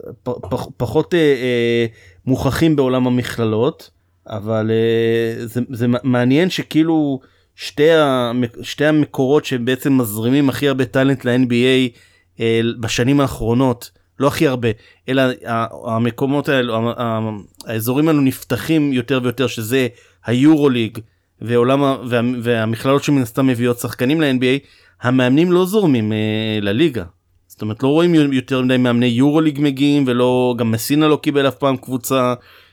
פח, פחות אה, אה, מוכחים בעולם המכללות, אבל אה, זה, זה מעניין שכאילו שתי, המק, שתי המקורות שבעצם מזרימים הכי הרבה טלנט ל-אן בי איי אה, בשנים האחרונות, לא הכי הרבה, אלא המקומות האלו, האזורים האלו נפתחים יותר ויותר, שזה היורוליג ועולם, וה, והמכללות שמן הסתם מביאות שחקנים ל-אן בי איי, המאמנים לא זורמים אה, לליגה. זאת אומרת, לא רואים יותר מדי מאמני יורוליג מגיעים, ולא, גם מסינה לא קיבל אף פעם קבוצה,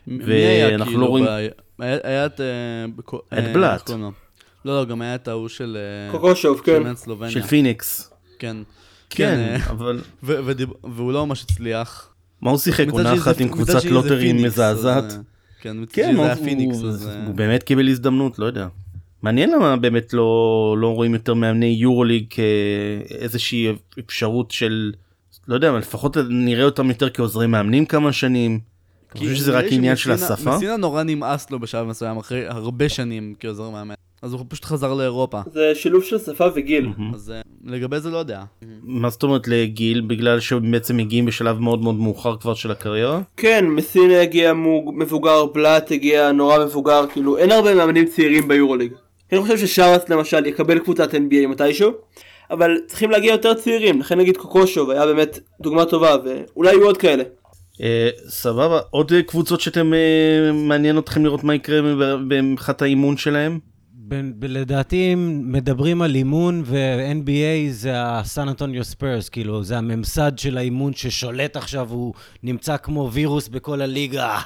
ואנחנו כאילו לא רואים... ב... היה, היה את... אה, את בלאט. לא, לא, גם היה את ההוא של... קוקושוב, כן. של פיניקס. כן. כן, אבל... ו- ודיב... והוא לא ממש הצליח. מה הוא שיחק? עונה אחת עם קבוצת לוטרי מזעזעת? כן, מצד כן, שזה היה פיניקס. הוא, אז... הוא באמת קיבל הזדמנות, לא יודע. מעניין למה באמת לא, לא רואים יותר מאמני יורוליג כאיזושהי אפשרות של, לא יודע, אבל לפחות נראה אותם יותר כעוזרי מאמנים כמה שנים. אני חושב שזה רק עניין של השפה. מסינה נורא נמאס לו בשלב מסוים אחרי הרבה שנים כעוזר מאמן. אז הוא פשוט חזר לאירופה. זה שילוב של שפה וגיל. אז לגבי זה לא יודע. מה זאת אומרת לגיל? בגלל שבעצם מגיעים בשלב מאוד מאוד מאוחר כבר של הקריירה? כן, מסינה הגיע מבוגר, בלאט הגיע נורא מבוגר, כאילו אין הרבה מאמנים צעירים ביורוליג. אני חושב ששרס למשל יקבל קבוצת אן בי איי מתישהו, אבל צריכים להגיע יותר צעירים, לכן נגיד קוקושוב היה באמת דוגמה טובה, ואולי יהיו עוד כאלה. אה, סבבה, עוד קבוצות שאתם אה, מעניין אתכם לראות מה יקרה במחת האימון שלהם? ב- ב- לדעתי אם מדברים על אימון ו-אן בי איי זה הסן אנטוניו ספרס, כאילו זה הממסד של האימון ששולט עכשיו, הוא נמצא כמו וירוס בכל הליגה,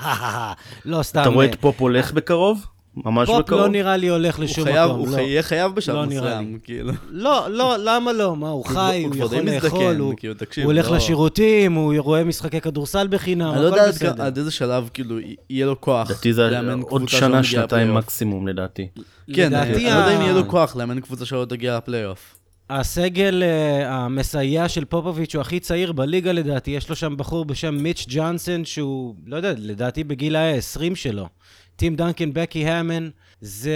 לא סתם. אתה רואה את פופ הולך בקרוב? ממש פופ בקרוב? לא נראה לי הולך לשום מקום. הוא יהיה חייב בשלב לא נראה מסוים, כאילו. לא, לא, למה לא? מה, הוא חי, הוא יכול לאכול, הוא הולך לשירותים, הוא רואה משחקי כדורסל בחינם, אני לא הכל יודע בסדר. עד איזה שלב, כאילו, יהיה לו כוח לדעתי זה לאמן עוד קבוצה שנה, שלא מגיעה שנתיים לפלייאוף. מקסימום לדעתי. כן, אני לדעתי לא יודע אם ה- יהיה לו כוח לאמן קבוצה שלא תגיע לפלייאוף. הסגל uh, המסייע של פופוביץ' הוא הכי צעיר בליגה לדעתי, יש לו שם בחור בשם מיץ' ג'אנסון, שהוא, לא יודע, לדעתי בגיל ה-עשרים שלו. טים דנקן, בקי האמן, זה...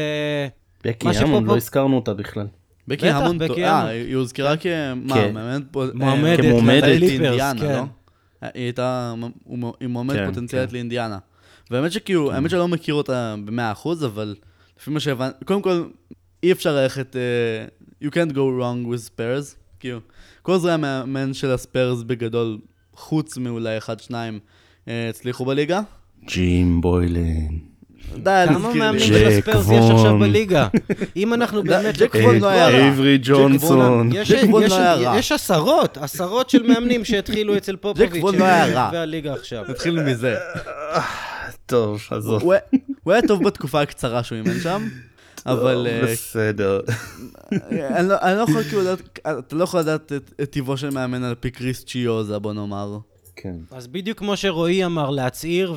בקי מה המון, שפופו- לא הזכרנו אותה בכלל. בקי בטח, המון, בקי אה, המון. היא הוזכרה כמה, כן. מאמנת פה... מועמדת אה, כמועמדת. פוטנציאלית לקליפרס, לאינדיאנה, כן. לא? היא הייתה, הוא- היא מועמדת כן, פוטנציאלית כן. לאינדיאנה. והאמת שכאילו, האמת שאני לא מכיר אותה ב-מאה אחוז, אבל לפי מה שהבנתי, קודם כל, אי אפשר ללכת, אה, you can't go wrong with Spurs, כאילו, כל זה המאמן של הספיירס בגדול, חוץ מאולי אחד, שניים, אה, הצליחו בליגה. ג'ים בוילן. די, כמה נזכיר מאמנים לי. של ג'ק הספרס יש עכשיו וון. בליגה? אם אנחנו באמת... ג'ק וון לא היה רע. אייברי ג'ונסון. יש- ג'ק וון יש- לא היה רע. יש עשרות, עשרות של מאמנים שהתחילו אצל פופוביץ'. וון לא היה רע. והליגה עכשיו. נתחיל מזה. טוב, עזוב. הוא היה- הוא היה טוב בתקופה הקצרה שהוא אימן שם, אבל אה, בסדר. אני לא- אני לא יכול כאילו לדעת, אתה לא יכול לדעת את- את טיבו של מאמן על פי קריס צ'יוזה, בוא נאמר. כן. אז בדיוק כמו שרועי אמר, להצעיר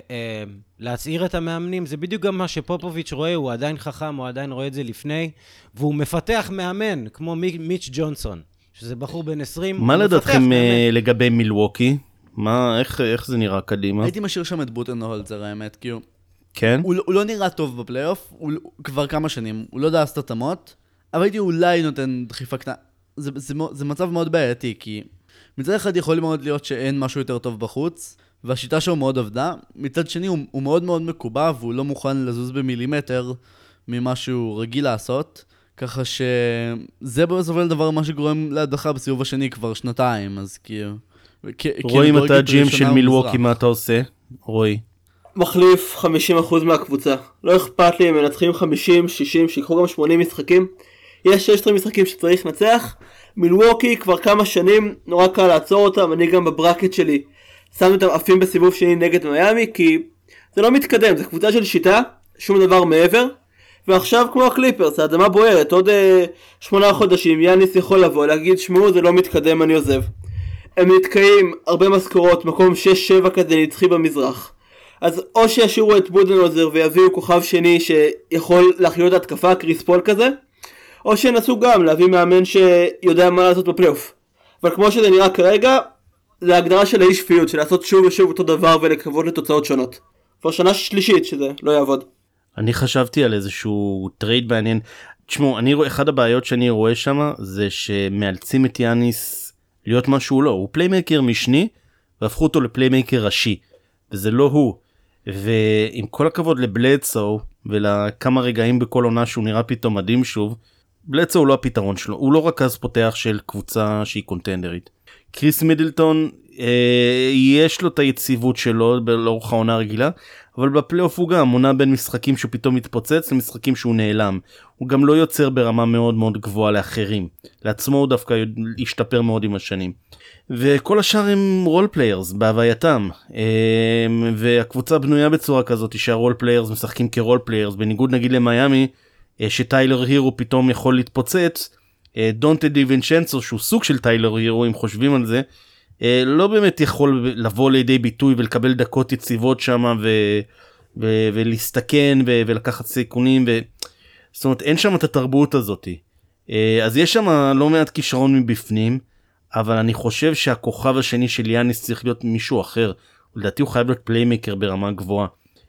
ולהצעיר את המאמנים, זה בדיוק גם מה שפופוביץ' רואה, הוא עדיין חכם, הוא עדיין רואה את זה לפני, והוא מפתח מאמן, כמו מי- מיץ' ג'ונסון, שזה בחור בן עשרים, מה הוא מפתח לדעתכם מאמן. אה, לגבי מילווקי? מה, איך, איך זה נראה קדימה? הייתי משאיר שם את בוטנהולצר, האמת, כי הוא- כן? הוא לא- הוא לא נראה טוב בפלייאוף, הוא לא- כבר כמה שנים, הוא לא יודע לעשות התאמות, אבל הייתי אולי נותן דחיפה קטנה. זה- זה מאו- זה מצב מאוד בעייתי, כי מצד אחד יכול מאוד להיות שאין משהו יותר טוב בחוץ, והשיטה שלו מאוד עבדה, מצד שני הוא, הוא מאוד מאוד מקובע, והוא לא מוכן לזוז במילימטר ממה שהוא רגיל לעשות, ככה שזה בסופו של דבר מה שגורם להדחה בסיבוב השני כבר שנתיים, אז כאילו... כ- רועי, אם כאילו, אתה דורגת ג'ים ראשונה של הוא מילווקי, מזרח. מה אתה עושה? רועי. מחליף חמישים אחוז מהקבוצה. לא אכפת לי אם מנצחים חמישים, שישים, שיקחו גם שמונים משחקים. יש שש עשרה משחקים שצריך לנצח. מילווקי כבר כמה שנים, נורא קל לעצור אותם. אני גם בברקט שלי שמתי אותם עפים בסיבוב שני נגד מיאמי, כי זה לא מתקדם, זה קבוצה של שיטה, שום דבר מעבר. ועכשיו כמו הקליפרס, האדמה בוערת, עוד אה, שמונה חודשים, יאניס יכול לבוא, להגיד, שמעו, זה לא מתקדם, אני עוזב. הם נתקעים הרבה משכורות, מקום שש שבע כזה נצחי במזרח. אז או שישאירו את בודנהולצר ויביאו כוכב שני שיכול להחיות התקפה, קריס פול כזה, או שינסו גם להביא מאמן שיודע מה לעשות בפלייאוף. אבל כמו שזה נראה כרגע, זה ההגדרה של האי שפיות, של לעשות שוב ושוב אותו דבר ולקוות לתוצאות שונות. כבר שנה שלישית שזה לא יעבוד. אני חשבתי על איזשהו טרייד מעניין. תשמעו, אני רואה, אחד הבעיות שאני רואה שם זה שמאלצים את יאניס להיות מה שהוא לא. הוא פליימקר משני והפכו אותו לפליימקר ראשי, וזה לא הוא. ועם כל הכבוד לבלדסו ולכמה רגעים בכל עונה שהוא נראה פתאום מדהים שוב, בלדסו הוא לא הפתרון שלו, הוא לא רכז פותח של קבוצה שהיא קונטנדרית. קריס מידלטון, אה, יש לו את היציבות שלו לאורך העונה הרגילה, אבל בפלייאוף הוא גם מונה בין משחקים שהוא פתאום מתפוצץ למשחקים שהוא נעלם. הוא גם לא יוצר ברמה מאוד מאוד גבוהה לאחרים. לעצמו הוא דווקא השתפר מאוד עם השנים. וכל השאר הם רול פליירס בהווייתם. והקבוצה בנויה בצורה כזאת שהרול פליירס משחקים כרול פליירס, בניגוד נגיד למיימי, שטיילר הירו פתאום יכול להתפוצץ. דונטה דיווינצ'נצו שהוא סוג של טיילר הירו אם חושבים על זה, לא באמת יכול לבוא לידי ביטוי ולקבל דקות יציבות שם ו- ו- ולהסתכן ו- ולקחת סיכונים ו... זאת אומרת אין שם את התרבות הזאת, אז יש שם לא מעט כישרון מבפנים, אבל אני חושב שהכוכב השני של יאניס צריך להיות מישהו אחר, לדעתי הוא חייב להיות פליימקר ברמה גבוהה.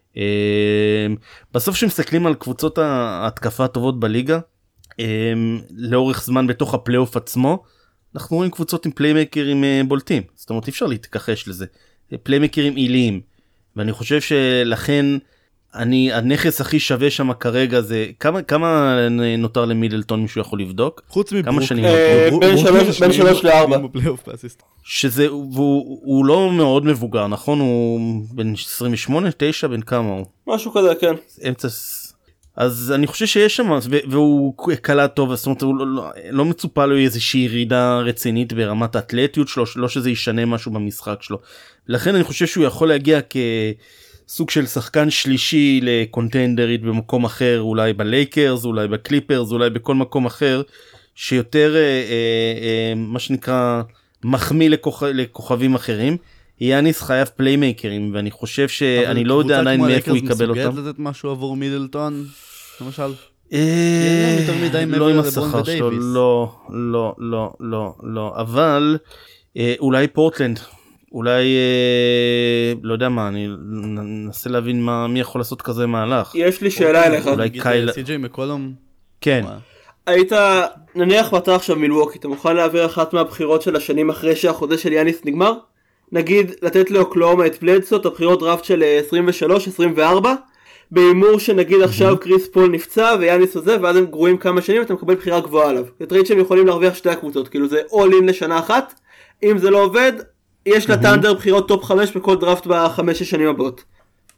בסוף שמסתכלים על קבוצות ההתקפה הטובות בליגה לאורך זמן בתוך הפלייאוף עצמו, אנחנו רואים קבוצות עם פליימקרים בולטים, זאת אומרת אי אפשר להתכחש לזה, פליימקרים עיליים, ואני חושב שלכן אני, הנכס הכי שווה שם כרגע זה, כמה, כמה נותר למידלטון מישהו יכול לבדוק? חוץ מברוק. כמה שנים? אה, בין שלוש- בין שלוש לארבע. בפלייאוף באסיסט. שזה, והוא הוא לא מאוד מבוגר, נכון? הוא בן עשרים ושמונה, תשע, בן כמה הוא? משהו כזה, כן. אמצע... אז אני חושב שיש שם, והוא קלה טוב, זאת אומרת, הוא לא, לא, לא מצופה לו איזושהי ירידה רצינית ברמת האתלטיות שלו, לא שזה ישנה משהו במשחק שלו. לכן אני חושב שהוא יכול להגיע כסוג של שחקן שלישי לקונטנדרית במקום אחר, אולי בלייקרס, אולי בקליפרס, אולי בכל מקום אחר, שיותר, אה, אה, אה, מה שנקרא, מחמיא לכוכ... לכוכבים אחרים. יאניס חייב פליימייקרים, ואני חושב שאני לא יודע עדיין מאיפה הוא יקבל אותם. מסוגלת לתת משהו עבור מידלטון, למשל? אה, יותר מדי מעבר לא עם לברון השכר שלו, ודייביס. לא, לא, לא, לא, לא, אבל אה, אולי פורטלנד, אולי, אה, לא יודע מה, אני ננסה להבין מה, מי יכול לעשות כזה מהלך. יש לי שאלה אליך. אולי נגיד, קייל- סי.ג'יי מקולום. כן, היית, נניח ואתה עכשיו מילווקי, אתה מוכן להעביר אחת מהבחירות של השנים אחרי שהחוזה של יאניס נגמר? נגיד, לתת לאוקלאומה את בלדסו, את הבחירות דראפט של עשרים ושלוש עשרים וארבע, באימור שנגיד עכשיו קריס פול נפצע ויאניס הזה, ואז הם גרועים כמה שנים, אתה מקבל בחירה גבוהה עליו. זה טרייד שהם יכולים להרוויח שתי הקבוצות, כאילו זה all in לשנה אחת, אם זה לא עובד, יש לטנדר בחירות טופ חמש בכל דראפט בחמש השנים הבאות.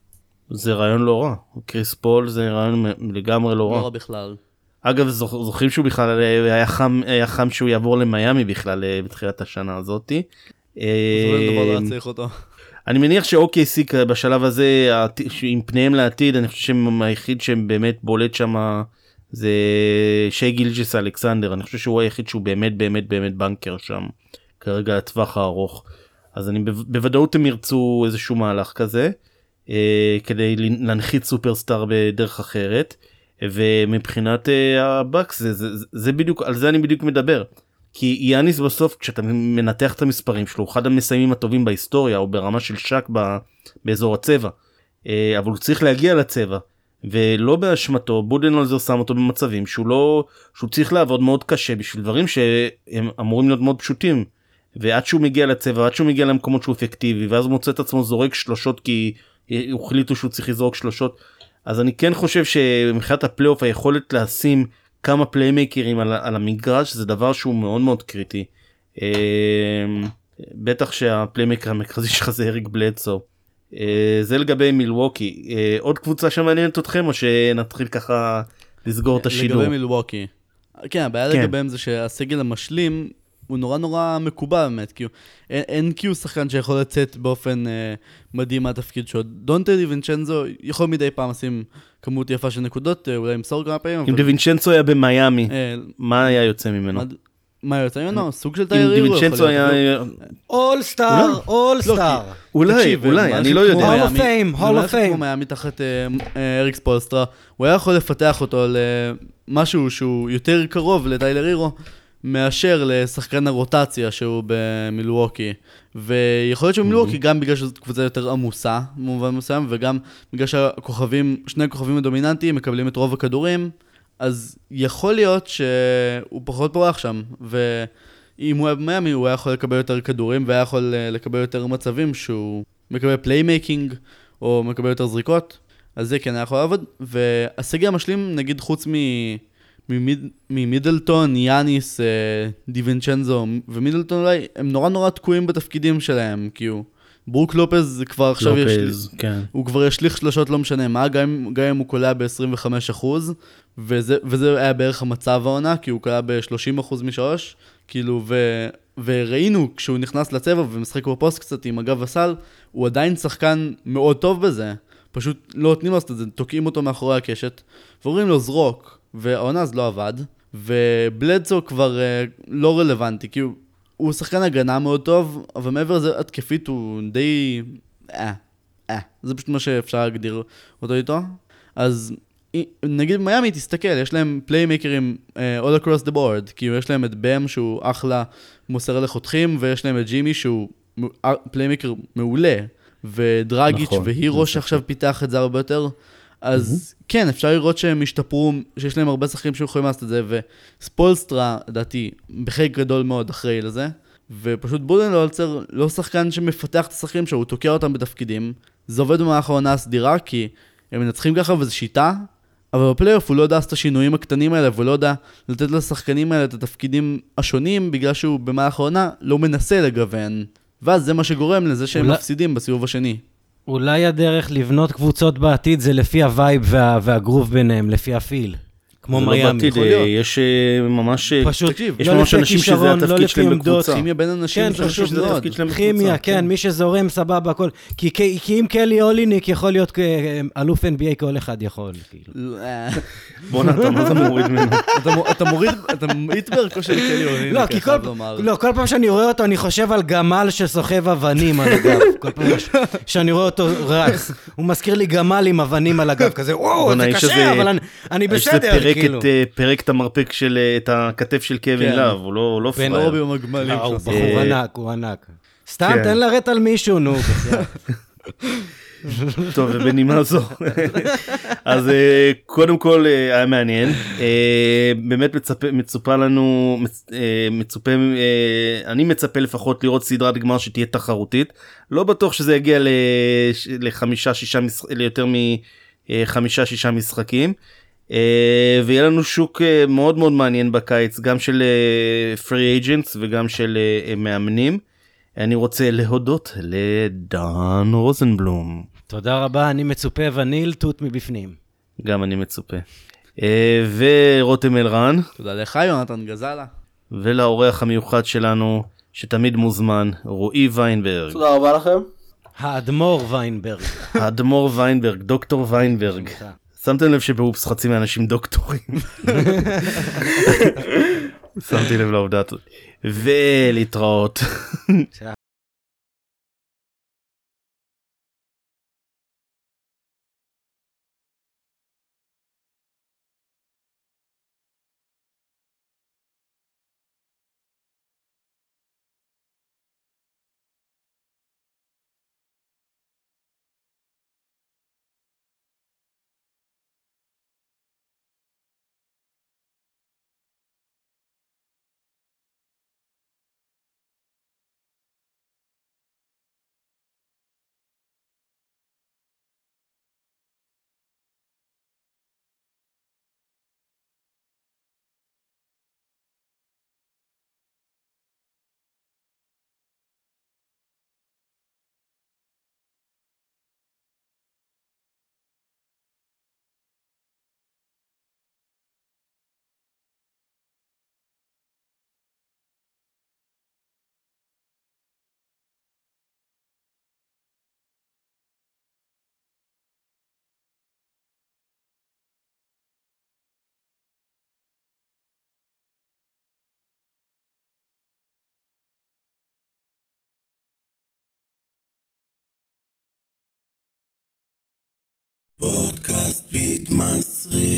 זה רעיון לא רע. קריס פול זה רעיון לגמרי לא לא רע. רע בכלל. אגב, זוכרים שהוא בכלל היה חם, היה חם שהוא יעבור למיימי בכלל בתחילת השנה הזאת. אז דבר לא צריך אותו. אני מניח ש-או קיי סי בשלב הזה, עם פניהם לעתיד, אני חושב שהם היחיד שהם באמת בולט שם, זה שי גילג'ס אלכסנדר. אני חושב שהוא היחיד שהוא באמת באמת באמת בנקר שם, כרגע לטווח הארוך. אז אני בוודאות הם ירצו איזשהו מהלך כזה, כדי להנחית סופרסטאר בדרך אחרת. ומבחינת הבקס, זה, זה, זה בדיוק, על זה אני בדיוק מדבר. כי יאניס בסוף, כשאתה מנתח את המספרים שלו, הוא אחד המסיימים הטובים בהיסטוריה, או ברמה של שק באזור הצבע. אבל הוא צריך להגיע לצבע, ולא באשמתו, בודנהולזר שם אותו במצבים שהוא לא, שהוא צריך לעבוד מאוד קשה בשביל דברים שהם אמורים להיות מאוד פשוטים. ועד שהוא מגיע לצבע, עד שהוא מגיע למקומות שהוא אפקטיבי, ואז הוא מוצא את עצמו זורק שלושות, כי הוא החליטו שהוא צריך לזרוק שלושות. אז אני כן חושב שמבחינת הפלייאוף היכולת לשים כמה פליימייקרים על, על המגרש זה דבר שהוא מאוד מאוד קריטי. בטח שהפליימייקר המרכזי שלך זה אריק בלדסו. זה לגבי מילווקי. עוד קבוצה שמעניינת אתכם או שנתחיל ככה לסגור את השידור? לגבי מילווקי. כן, הבעיה כן. לגביהם זה שהסגל המשלים הוא נורא נורא מקובל באמת, כי אין, אין כי הוא שחקן שיכול לצאת באופן אה, מדהים מהתפקיד שלו. דונטה דיווינצ'נזו יכול מדי פעם לשים כמות יפה של נקודות, אה, אולי למסור כמה פעמים. אם אבל... דיווינצ'נזו היה במיימי, אה, מה היה יוצא ממנו? מה, מה יוצא ממנו? סוג של אם תיירי. דיווינצ'נזו היה... אול סטאר, אול סטאר. אולי, אולי, אני לא יודע. Hall of Fame, Hall of Fame. כמו מיאמי תחת אריק ספולסטרה, הוא היה יכול לפתח אותו למשהו שהוא יותר קרוב לטיילר הירו, מאשר לשחקן הרוטציה שהוא במילווקי. ויכול להיות שבמילווקי גם בגלל שזאת קבוצה יותר עמוסה, במובן מסוים, וגם בגלל שהכוכבים, שני הכוכבים הדומיננטיים מקבלים את רוב הכדורים, אז יכול להיות שהוא פחות פורח שם, ואם הוא היה במיאמי הוא היה יכול לקבל יותר כדורים, והיה יכול לקבל יותר מצבים שהוא מקבל פליימייקינג, או מקבל יותר זריקות, אז זה כן היה יכול לעבוד. והסגל המשלים, נגיד חוץ מ... ממידלטון, יאניס, דיווינצ'נזו ומידלטון אולי, הם נורא נורא תקועים בתפקידים שלהם, כי הוא, ברוק לופז כבר עכשיו יש, כן. הוא כבר ישליך שלושות לא משנה מה, גם, גם אם הוא קולע ב-עשרים וחמישה אחוז, וזה, וזה היה בערך המצב העונה, כי הוא קולע ב-שלושים אחוז משלוש, כאילו, ו, וראינו כשהוא נכנס לצבע ומשחק בפוסט קצת עם הגב וסל, הוא עדיין שחקן מאוד טוב בזה, פשוט לא נותנים לו לעשות את זה, תוקעים אותו מאחורי הקשת, ואומרים לו זרוק, והעונה אז לא עבד, ובלדסו כבר uh, לא רלוונטי, כי הוא, הוא שחקן הגנה מאוד טוב, אבל מעבר לזה התקפית הוא די... אה, אה, זה פשוט מה שאפשר להגדיר אותו איתו. אז נגיד מיאמי תסתכל, יש להם פליימייקרים uh, all across the board, כי יש להם את בם שהוא אחלה מוסר לחותכים, ויש להם את ג'ימי שהוא פליימייקר מעולה, ודרגיץ' נכון, והירו שעכשיו פיתח את זה הרבה יותר, אז mm-hmm. כן, אפשר לראות שהם השתפרו, שיש להם הרבה שחקנים שיכולים לעשות את זה, וספולסטרה, לדעתי, בחלק גדול מאוד אחראי לזה, ופשוט בודנהולצר לא שחקן שמפתח את השחקנים שלו, הוא תוקע אותם בתפקידים, זה עובד במהלך העונה הסדירה, כי הם מנצחים ככה וזו שיטה, אבל בפלייאוף הוא לא יודע לעשות את השינויים הקטנים האלה, והוא לא יודע לתת לשחקנים האלה את התפקידים השונים, בגלל שהוא במהלך העונה לא מנסה לגוון, ואז זה מה שגורם לזה שהם אולי... מפסידים בסיבוב השני. אולי הדרך לבנות קבוצות בעתיד זה לפי הווייב וה, והגרוב ביניהם, לפי הפיל. כמו מיאמי. יש ממש... פשוט, תקשיב, יש ממש אנשים שזה התפקיד שלהם בקבוצה. כימיה בין אנשים, כן, פשוט זה התפקיד שלהם בקבוצה. כימיה, כן, מי שזורם סבבה, הכל. כי אם קלי אוליניק יכול להיות אלוף אן בי איי, כל אחד יכול. בוא נתן, מה זה מוריד ממנו? אתה מוריד, אתה מתבר כושר לקלי אוליניק, אני חייב לומר. לא, כל פעם שאני רואה אותו, אני חושב על גמל שסוחב אבנים על הגב. כל פעם שאני רואה אותו רץ, הוא מזכיר לי גמל עם אבנים על הגב, כזה, וואו, זה קשה, אבל אני בסדר, כאילו. פרק את המרפק של, את הכתף של קווין לאב, הוא לא פרייר. בן אובי ומגמלים. הוא בחור ענק, הוא ענק. סתם, תן לרדת על מישהו, נו. טוב, ובנימה זו. אז קודם כל היה מעניין. באמת מצופה לנו, מצופה, אני מצפה לפחות לראות סדרת גמר שתהיה תחרותית. לא בטוח שזה יגיע לחמישה, שישה, ליותר מחמישה, שישה משחקים. ויהיה לנו שוק מאוד מאוד מעניין בקיץ, גם של פרי אייג'נטס וגם של מאמנים. אני רוצה להודות לדן רוזנבלום. תודה רבה, אני מצופה וניל, תות מבפנים. גם אני מצופה. אה, ורותם אלרן. תודה לך, יונתן גזלה. ולאורח המיוחד שלנו, שתמיד מוזמן, רועי ויינברג. תודה רבה לכם. האדמו"ר ויינברג. האדמו"ר ויינברג, דוקטור ויינברג. שמתם לב שבאופס חצי מהאנשים דוקטורים. שמתי לב לעובדה. ולהתראות. פודקאסט ביט מסריח